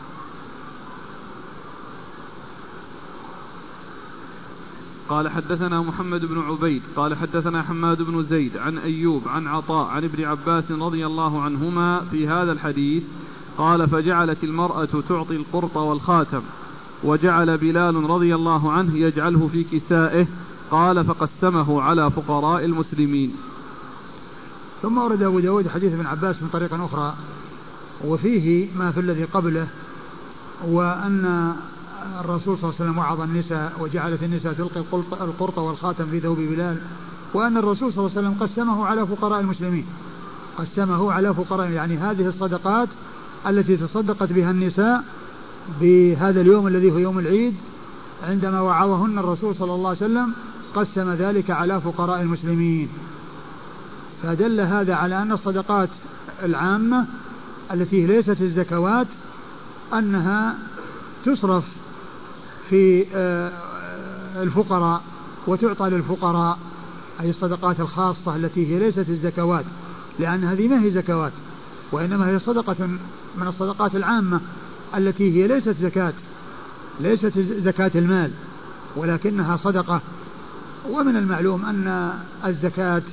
قال: حدثنا محمد بن عبيد قال: حدثنا حماد بن زيد عن أيوب عن عطاء عن ابن عباس رضي الله عنهما في هذا الحديث قال: فجعلت المرأة تعطي القرط والخاتم، وجعل بلال رضي الله عنه يجعله في كسائه، قال: فقسمه على فقراء المسلمين. ثم ورد أبو داود حديث ابن عباس من طريق أخرى، وفيه ما في الذي قبله، وأن الرسول صلى الله عليه وسلم وعظ النساء وجعلت النساء تلقي القرط والخاتم في ثوب بلال، وأن الرسول صلى الله عليه وسلم قسمه على فقراء المسلمين، قسمه على فقراء، يعني هذه الصدقات التي تصدقت بها النساء بهذا اليوم الذي هو يوم العيد، عندما وعظهن الرسول صلى الله عليه وسلم قسم ذلك على فقراء المسلمين. فدل هذا على أن الصدقات العامة التي ليست الزكوات أنها تصرف في الفقراء وتعطى للفقراء، أي الصدقات الخاصة التي هي ليست الزكوات، لأن هذه ما هي زكوات، وإنما هي صدقة من الصدقات العامة التي هي ليست زكاة، ليست زكاة المال، ولكنها صدقة. ومن المعلوم أن الزكاة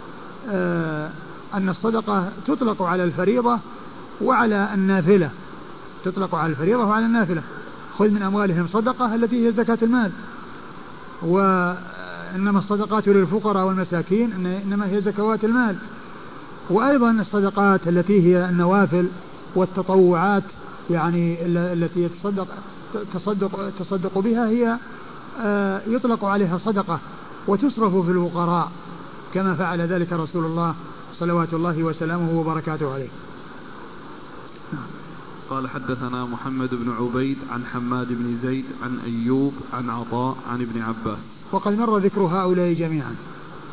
أن الصدقة تطلق على الفريضة وعلى النافلة، تطلق على الفريضة وعلى النافلة. خذ من أموالهم صدقة التي هي زكاة المال، وإنما الصدقات للفقراء والمساكين إنما هي زكوات المال. وأيضا الصدقات التي هي النوافل والتطوعات، يعني التي يتصدق تصدق تصدق بها، هي يطلق عليها صدقة وتصرف في الفقراء، كما فعل ذلك رسول الله صلوات الله وسلامه وبركاته عليه. قال: حدثنا محمد بن عبيد عن حماد بن زيد عن أيوب عن عطاء عن ابن عباس، وقد مر ذكر هؤلاء جميعا.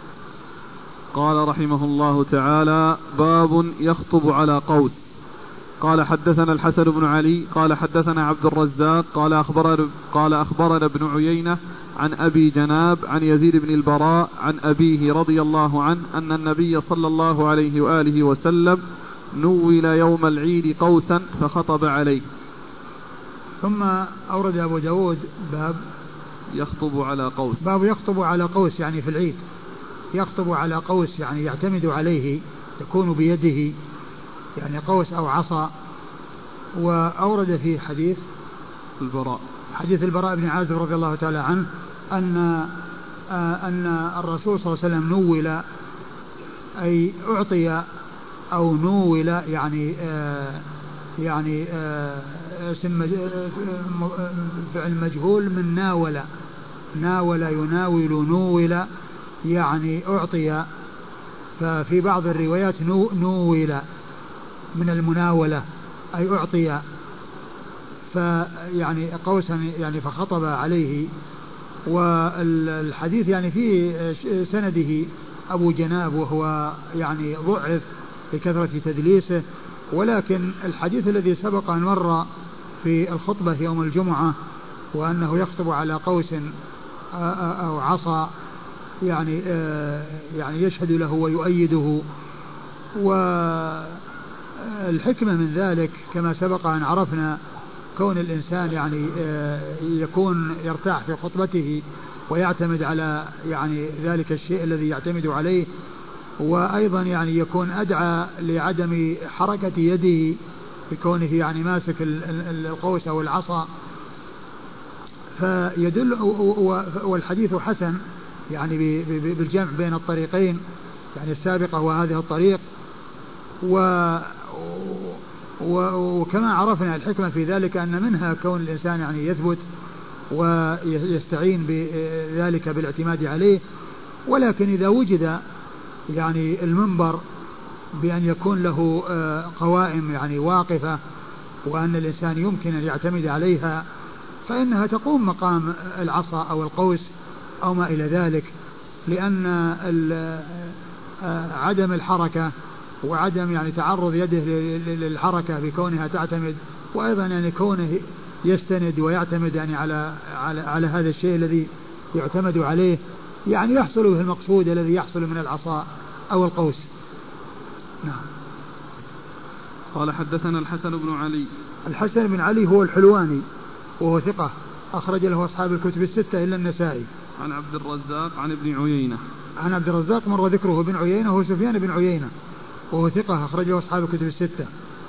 قال رحمه الله تعالى: باب يخطب على قوس. قال حدثنا الحسن بن علي قال حدثنا عبد الرزاق قال أخبرنا, قال أخبرنا ابن عيينة عن أبي جناب عن يزيد بن البراء عن أبيه رضي الله عنه أن النبي صلى الله عليه وآله وسلم نول يوم العيد قوسا فخطب عليه. ثم أورد أبو داود باب يخطب على قوس، باب يخطب على قوس يعني في العيد، يخطب على قوس يعني يعتمد عليه، يكون بيده يعني قوس أو عصا. وأورد في حديث البراء حديث البراء بن عازب رضي الله تعالى عنه أن أن الرسول صلى الله عليه وسلم نول أي أعطي أو نول يعني آه يعني آه اسم فعل مجهول من ناول، ناول يناول نول يعني أعطي، ففي بعض الروايات نول من المناولة أي أعطي، فيعني قوسا يعني فخطب عليه. والحديث يعني في سنده أبو جناب وهو يعني ضعف بكثرة تدليسه، ولكن الحديث الذي سبق أن مر في الخطبة يوم الجمعة وأنه يخطب على قوس أو عصا يعني يعني يشهد له ويؤيده. والحكمة من ذلك كما سبق أن عرفنا كون الإنسان يعني يكون يرتاح في خطبته ويعتمد على يعني ذلك الشيء الذي يعتمد عليه، وأيضا يعني يكون أدعى لعدم حركة يده بكونه يعني ماسك القوس أو العصا، فيدل. والحديث حسن يعني بالجمع بين الطريقين يعني السابقة وهذه الطريق. و وكما عرفنا الحكمة في ذلك أن منها كون الإنسان يعني يثبت ويستعين بذلك بالاعتماد عليه، ولكن إذا وجد يعني المنبر بأن يكون له قوائم يعني واقفة وأن الإنسان يمكن أن يعتمد عليها فإنها تقوم مقام العصا أو القوس أو ما إلى ذلك، لأن عدم الحركة وعدم يعني تعرض يده للحركة بكونها تعتمد، وأيضا يعني كونه يستند ويعتمد يعني على على على هذا الشيء الذي يعتمد عليه يعني يحصل به المقصود الذي يحصل من العصا أو القوس. نعم. قال حدثنا الحسن بن علي. الحسن بن علي هو الحلواني وهو ثقة أخرج له أصحاب الكتب الستة إلا النسائي. عن عبد الرزاق عن ابن عيينة. عن عبد الرزاق مر ذكره بن عيينة هو سفيان بن عيينة وهو ثقة أخرج له أصحاب الكتب الستة.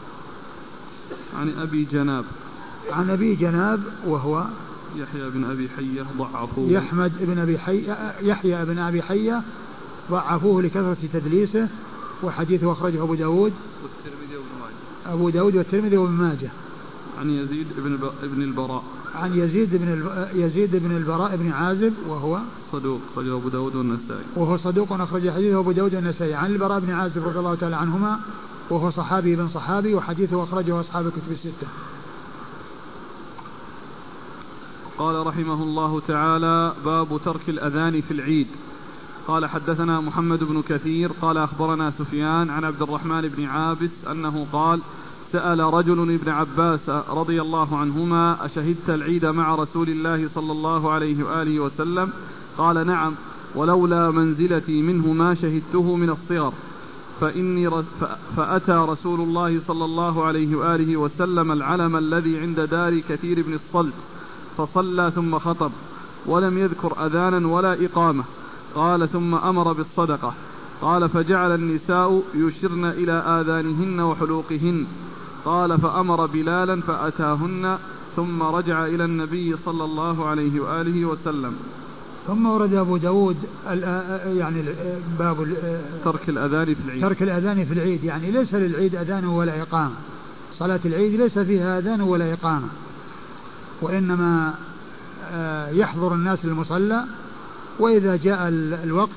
عن أبي جناب. عن أبي جناب وهو يحيى بن أبي حية ضعفوه. يحمد بن أبي حية يحيى بن أبي حية ضعفوه لكثرة تدليسه، وحديثه أخرجه أبو داود والترمذي وابن ماجه. أبو داود والترمذي وابن ماجه. عن يزيد بن ابن البراء. عن يزيد بن يزيد بن البراء بن عازب وهو صدوق أخرجه أبو داود والنسائي. وهو صدوق أخرج حديثه أبو داود والنسائي. عن البراء بن عازب رضي الله تعالى عنهما وهو صحابي بن صحابي وحديثه أخرجه أصحاب الكتب الستة. قال رحمه الله تعالى: باب ترك الأذان في العيد. قال حدثنا محمد بن كثير قال أخبرنا سفيان عن عبد الرحمن بن عابس أنه قال: سأل رجل ابن عباس رضي الله عنهما: أشهدت العيد مع رسول الله صلى الله عليه وآله وسلم؟ قال: نعم، ولولا منزلتي منه ما شهدته من الصغر، فإني فأتى رسول الله صلى الله عليه وآله وسلم العلم الذي عند دار كثير بن الصلت فصلى ثم خطب، ولم يذكر أذانا ولا إقامة. قال: ثم أمر بالصدقة. قال: فجعل النساء يشرن إلى آذانهن وحلوقهن. قال: فأمر بلالا فأتاهن ثم رجع إلى النبي صلى الله عليه وآله وسلم. ثم ورد أبو داود يعني باب ترك الأذان في العيد. ترك الأذان في العيد يعني ليس للعيد أذان ولا إقامة، صلاة العيد ليس فيها أذان ولا إقامة، وإنما يحضر الناس للمصلى، وإذا جاء الوقت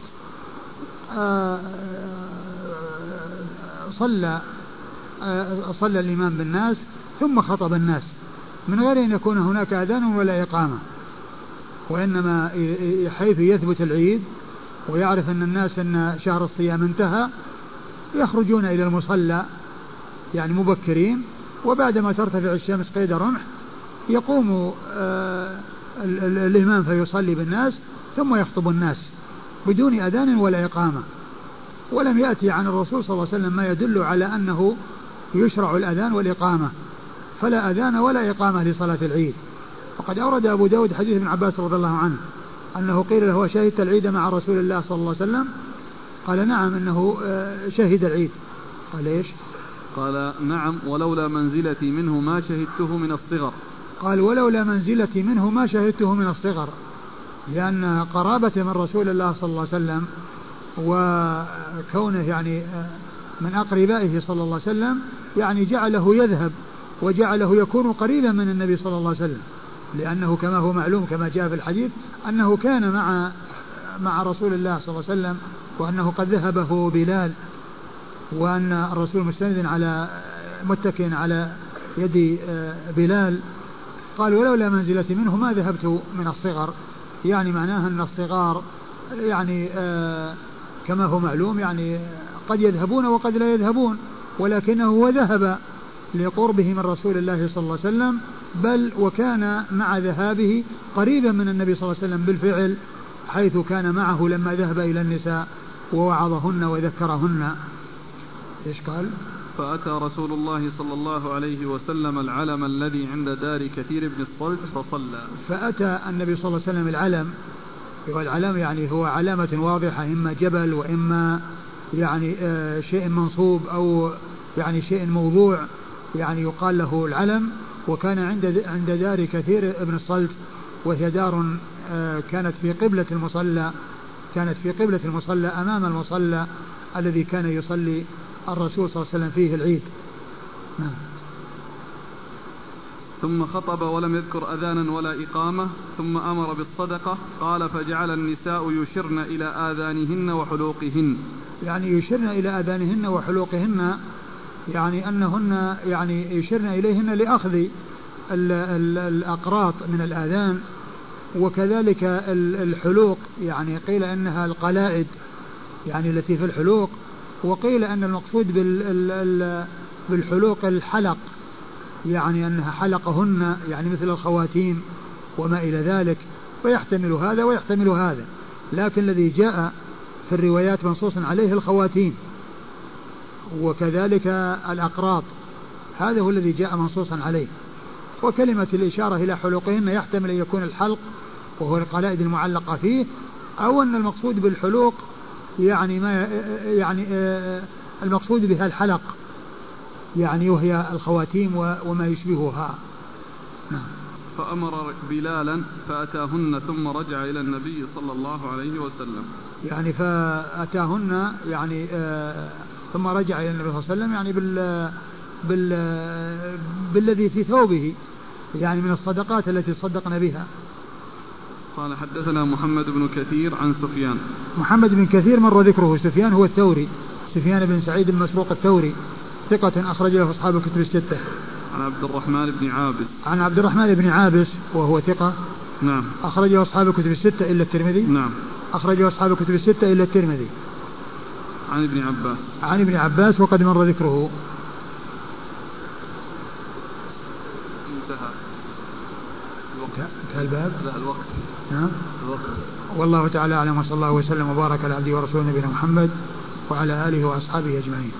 صلى صلى الإمام بالناس ثم خطب الناس من غير أن يكون هناك أذان ولا إقامة، وإنما حيث يثبت العيد ويعرف أن الناس أن شهر الصيام انتهى يخرجون إلى المصلى يعني مبكرين وبعدما ترتفع الشمس قيد رمح يقوم الإمام فيصلي بالناس ثم يخطب الناس بدون أذان ولا إقامة. ولم يأتي عن الرسول صلى الله عليه وسلم ما يدل على أنه يشرع الأذان والإقامة، فلا أذان ولا إقامة لصلاة العيد. وقد أورد أبو داود حديث ابن عباس رضي الله عنه أنه قيل له شهدت العيد مع رسول الله صلى الله عليه وسلم؟ قال نعم إنه شهد العيد. قال إيش؟ قال نعم ولولا منزلتي منه ما شهدته من الصغر. قال ولولا منزلتي منه ما شهدته من الصغر، لأن قرابة من رسول الله صلى الله عليه وسلم وكونه يعني من أقربائه صلى الله عليه وسلم يعني جعله يذهب وجعله يكون قريبا من النبي صلى الله عليه وسلم، لأنه كما هو معلوم كما جاء في الحديث أنه كان مع مع رسول الله صلى الله عليه وسلم، وأنه قد ذهبه بلال، وأن الرسول مستند على متكئ على يد بلال. قال ولولا منزلتي منه ما ذهبت من الصغر، يعني معناها أن الصغار يعني آه كما هو معلوم يعني قد يذهبون وقد لا يذهبون، ولكنه هو ذهب لقربه من رسول الله صلى الله عليه وسلم، بل وكان مع ذهابه قريبا من النبي صلى الله عليه وسلم بالفعل، حيث كان معه لما ذهب إلى النساء ووعظهن وذكرهن. إيش قال؟ فأتى رسول الله صلى الله عليه وسلم العلم الذي عند دار كثير بن الصلت فصلى. فأتى النبي صلى الله عليه وسلم العلم، والعلم يعني هو علامة واضحة، إما جبل وإما يعني آه شيء منصوب أو يعني شيء موضوع، يعني يقال له العلم. وكان عند عند دار كثير بن الصلت، وهي دار آه كانت في قبلة المصلى، كانت في قبلة المصلى أمام المصلى الذي كان يصلي الرسول صلى الله عليه وسلم فيه العيد. نعم. ثم خطب ولم يذكر أذانا ولا إقامة، ثم أمر بالصدقة. قال فجعل النساء يشرن إلى آذانهن وحلوقهن، يعني يشرن إلى آذانهن وحلوقهن، يعني أنهن يعني يشرن إليهن لأخذ ال ال الأقراط من الآذان، وكذلك الحلوق يعني قيل أنها القلائد يعني التي في الحلوق، وقيل أن المقصود بالحلوق الحلق، يعني أنها حلقهن يعني مثل الخواتيم وما إلى ذلك، ويحتمل هذا ويحتمل هذا، لكن الذي جاء في الروايات منصوص عليه الخواتيم وكذلك الأقراط، هذا هو الذي جاء منصوصا عليه. وكلمة الإشارة إلى حلوقهن يحتمل أن يكون الحلق وهو القلائد المعلقة فيه، أو أن المقصود بالحلوق يعني ما يعني المقصود بها الحلق يعني وهي الخواتيم وما يشبهها. نعم. فأمر بلالا فأتاهن ثم رجع إلى النبي صلى الله عليه وسلم، يعني فأتاهن يعني آه ثم رجع إلى النبي صلى الله عليه وسلم يعني بال بال بالذي في ثوبه يعني من الصدقات التي صدقنا بها. قال حدثنا محمد بن كثير عن سفيان. محمد بن كثير مر ذكره. سفيان هو الثوري، سفيان بن سعيد بن مسروق الثوري، ثقة أخرج له أصحاب الكتب الستة. عن عبد الرحمن بن عابس. عن عبد الرحمن بن عابس وهو ثقة. نعم. أخرج له أصحاب الكتب الستة إلا الترمذي. نعم. أخرج له أصحاب الكتب الستة إلا الترمذي. عن ابن عباس. عن ابن عباس وقد مر ذكره. انتهى الوقت. انتهى الباب. لا الوقت. نعم. الوقت. والله تعالى أعلم، وصلى الله وسلم وبارك على عبده ورسوله نبينا محمد وعلى آله وأصحابه أجمعين.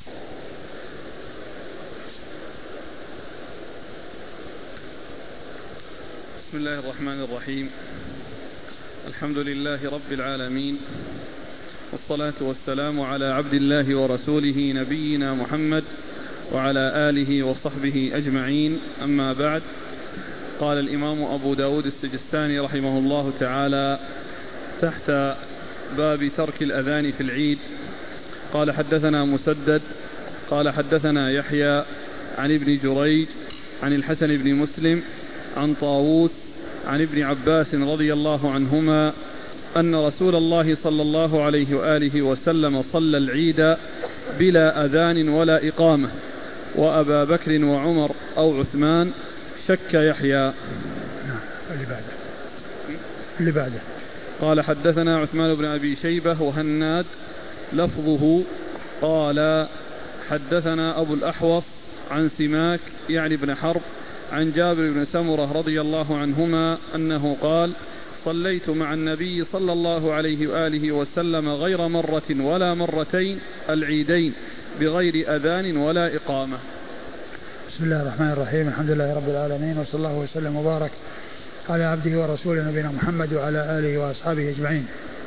بسم الله الرحمن الرحيم. الحمد لله رب العالمين، والصلاة والسلام على عبد الله ورسوله نبينا محمد وعلى آله وصحبه أجمعين. أما بعد، قال الإمام أبو داود السجستاني رحمه الله تعالى تحت باب ترك الأذان في العيد، قال حدثنا مسدد قال حدثنا يحيى عن ابن جريج عن الحسن بن مسلم عن طاووس عن ابن عباس رضي الله عنهما أن رسول الله صلى الله عليه وآله وسلم صلى العيد بلا أذان ولا إقامة، وأبا بكر وعمر أو عثمان شك يحيى. اللي بعده اللي بعده قال حدثنا عثمان بن أبي شيبة وهناد لفظه قال حدثنا أبو الأحوص عن سماك يعني بن حرب عن جابر بن سمرة رضي الله عنهما أنه قال صليت مع النبي صلى الله عليه وآله وسلم غير مرة ولا مرتين العيدين بغير أذان ولا إقامة. بسم الله الرحمن الرحيم. الحمد لله رب العالمين، وصلى الله وسلم وبارك على عبده ورسوله نبينا محمد وعلى آله وأصحابه أجمعين.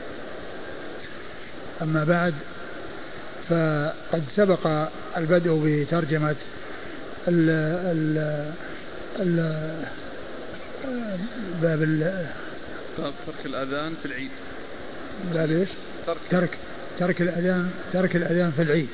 أما بعد، فقد سبق البدء بترجمة ال ال ال باب باب ترك الأذان في العيد. باب ايش؟ ترك ترك ترك الأذان ترك الأذان في العيد.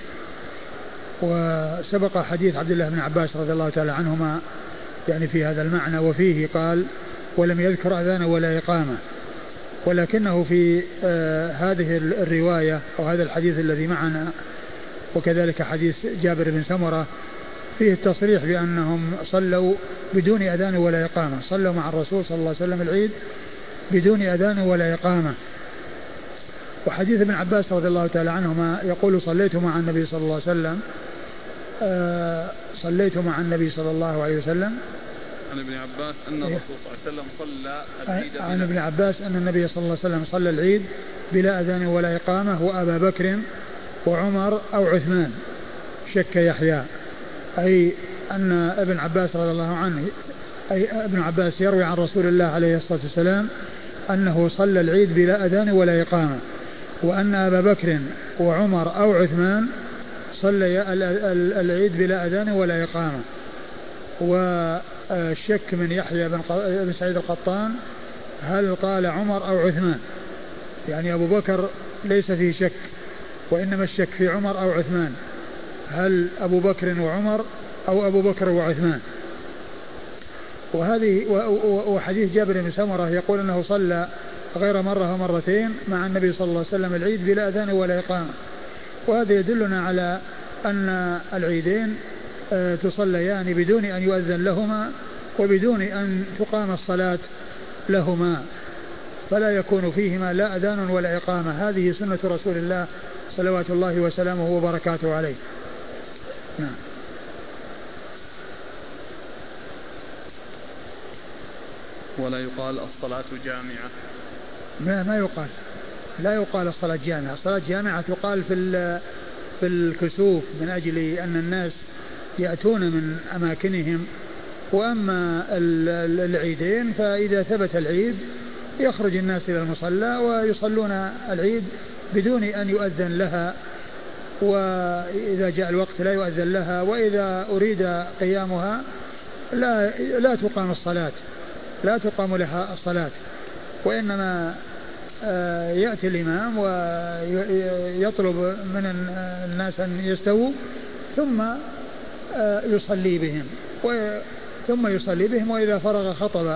وسبق حديث عبد الله بن عباس رضي الله تعالى عنهما يعني في هذا المعنى، وفيه قال ولم يذكر أذان ولا إقامة، ولكنه في آه هذه الرواية أو هذا الحديث الذي معنا وكذلك حديث جابر بن سمرة فيه التصريح بأنهم صلوا بدون أذان ولا إقامة، صلوا مع الرسول صلى الله عليه وسلم العيد بدون أذان ولا إقامة. وحديث ابن عباس رضي الله تعالى عنهما يقول صليت مع النبي صلى الله عليه وسلم آه صليت مع النبي صلى الله عليه وسلم عن ابن عباس أن الرسول صلى الله عليه وسلم صلى العيد عن ابن عباس أن النبي صلى الله عليه وسلم صلى العيد بلا أذان ولا إقامة وأبا بكر وعمر أو عثمان، شك يحيى، أي أن ابن عباس رضي الله عنه أي ابن عباس يروي عن رسول الله عليه الصلاة والسلام أنه صلى العيد بلا أذان ولا إقامة، وأن أبا بكر وعمر أو عثمان صلى العيد بلا أذان ولا إقامة. والشك من يحيى بن سعيد القطان هل قال عمر أو عثمان، يعني أبو بكر ليس فيه شك، وإنما الشك في عمر أو عثمان، هل أبو بكر وعمر أو أبو بكر وعثمان. وهذه وحديث جابر بن سمرة يقول أنه صلى غير مرة ومرتين مع النبي صلى الله عليه وسلم العيد بلا أذان ولا إقامة، وهذا يدلنا على أن العيدين تصليان بدون أن يؤذن لهما وبدون أن تقام الصلاة لهما، فلا يكون فيهما لا أذان ولا إقامة. هذه سنة رسول الله صلوات الله وسلامه وبركاته عليه. نعم. ولا يقال الصلاة جامعة. ما ما يقال، لا يقال الصلاة جامعة. الصلاة جامعة تقال في في الكسوف من أجل أن الناس يأتون من أماكنهم، وأما العيدين فإذا ثبت العيد يخرج الناس إلى المصلى ويصلون العيد بدون أن يؤذن لها، وإذا جاء الوقت لا يؤذن لها، وإذا أريد قيامها لا لا تقام الصلاة لا تقام لها الصلاة، وإنما يأتي الإمام ويطلب من الناس أن يستووا ثم يصلي بهم ثم يصلي بهم وإذا فرغ خطب.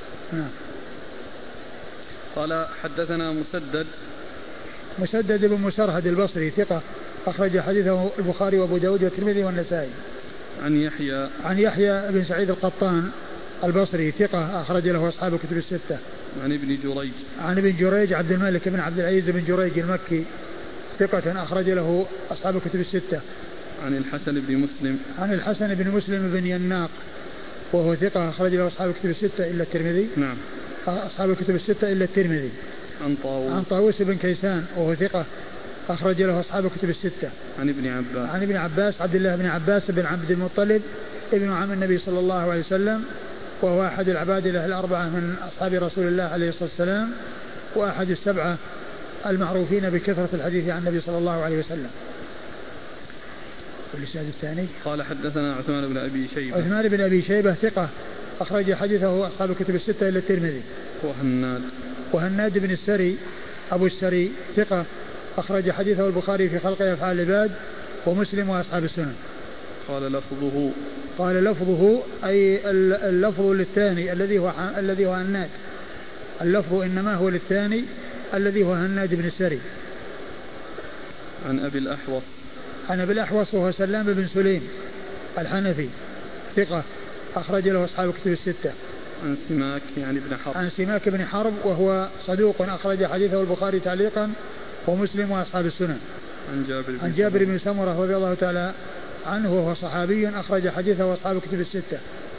قال حدثنا مسدد مسدد بن مسرهد البصري ثقة أخرج حديثه البخاري وأبو داود والترمذي والنسائي. عن يحيى عن يحيى بن سعيد القطان البصري ثقة أخرج له أصحاب الكتب الستة. عن ابن جريج عن ابن جريج عبد الملك بن عبد العزيز بن جريج المكي ثقة أخرج له أصحاب الكتب الستة. عن الحسن بن مسلم عن الحسن بن مسلم بن يناق وهو ثقة أخرج له أصحاب الكتب الستة إلا الترمذي. نعم. أصحاب الكتب الستة إلا الترمذي. عن طاووس عن طاووس بن كيسان وهو ثقة أخرج له أصحاب الكتب الستة. عن ابن عباس عن ابن عباس عبد الله بن عباس بن عبد المطلب ابن عم النبي صلى الله عليه وسلم، وهو أحد العبادلة الأربعة من أصحاب رسول الله عليه الصلاة والسلام، وأحد السبعة المعروفين بكثرة الحديث عن النبي صلى الله عليه وسلم. والإسناد الثاني قال حدثنا عثمان بن أبي شيبة عثمان بن أبي شيبة ثقة أخرج حديثه أصحاب الكتب الستة إلا الترمذي. وهناد وهناد بن السري أبو السري ثقة أخرج حديثه البخاري في خلق أفعال العباد ومسلم وأصحاب السنن. قال لفظه قال لفظه أي اللفظ للثاني الذي هو الذي هو هناد، اللفظ إنما هو للثاني الذي هو هناد بن السري. عن أبي الأحوص عن أبي الأحوص وهو سلام بن سليم الحنفي ثقة أخرج له أصحاب الكتب الستة. عن سماك يعني ابن حرب عن سماك بن حرب وهو صدوق أخرج حديثه البخاري تعليقا ومسلم وأصحاب السنن. عن جابر بن, عن جابر بن سمرة رضي الله تعالى عنه وهو صحابي أخرج حديثه أصحاب الكتب الستة.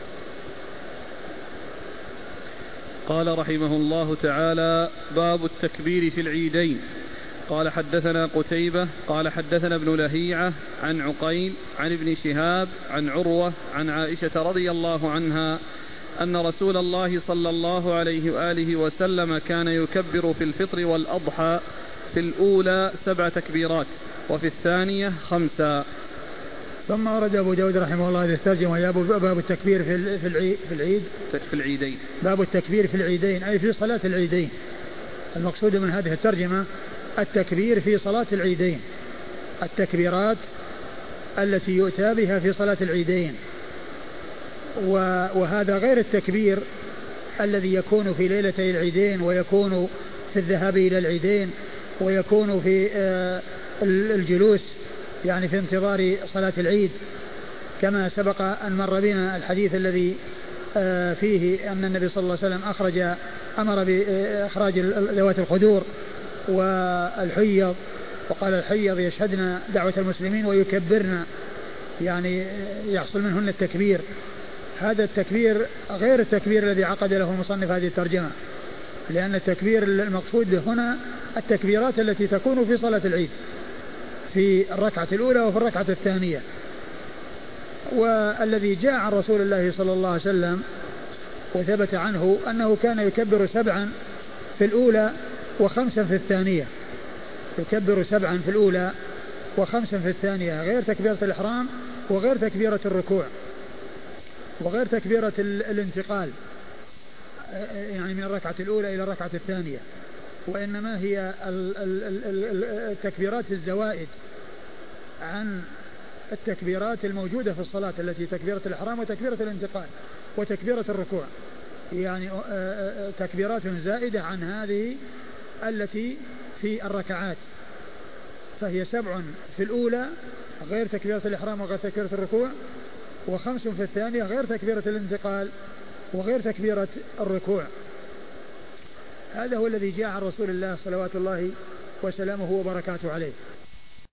قال رحمه الله تعالى: باب التكبير في العيدين. قال حدثنا قتيبة قال حدثنا ابن لهيعة عن عقيل عن ابن شهاب عن عروة عن عائشة رضي الله عنها أن رسول الله صلى الله عليه وآله وسلم كان يكبر في الفطر والأضحى في الأولى سبع تكبيرات وفي الثانية خمسة. ثم ورد أبو داود رحمه الله هذه الترجمة: وهي باب التكبير في في العيد في العيد في العيدين. باب التكبير في العيدين أي في صلاة العيدين. المقصود من هذه الترجمة التكبير في صلاة العيدين، التكبيرات التي يؤتى بها في صلاة العيدين، وهذا غير التكبير الذي يكون في ليلتي العيدين ويكون في الذهاب إلى العيدين ويكون في الجلوس يعني في انتظار صلاة العيد، كما سبق أن مر بنا الحديث الذي فيه أن النبي صلى الله عليه وسلم أخرج أمر بإخراج ذوات الخدور والحيض، وقال الحيض يشهدن دعوة المسلمين ويكبرن، يعني يحصل منهن التكبير. هذا التكبير غير التكبير الذي عقد له المصنف هذه الترجمة، لأن التكبير المقصود هنا التكبيرات التي تكون في صلاة العيد في الركعة الأولى وفي الركعة الثانية. والذي جاء عن رسول الله صلى الله عليه وسلم وثبت عنه أنه كان يكبر سبعا في الأولى وخمسا في الثانية، يكبر سبعا في الأولى وخمسا في الثانية، غير تكبيرة الإحرام وغير تكبيرة الركوع وغير تكبيرة الانتقال يعني من الركعة الأولى إلى الركعة الثانية، وإنما هي التكبيرات الزوائد عن التكبيرات الموجودة في الصلاة التي تكبيرة الإحرام وتكبيرة الانتقال وتكبيرة الركوع، يعني تكبيرات زائدة عن هذه التي في الركعات، فهي سبع في الأولى غير تكبيرة الإحرام وغير تكبيرة الركوع، وخمس في الثانية غير تكبيرة الانتقال وغير تكبيرة الركوع. هذا هو الذي جاء عن رسول الله صلوات الله وسلامه وبركاته عليه.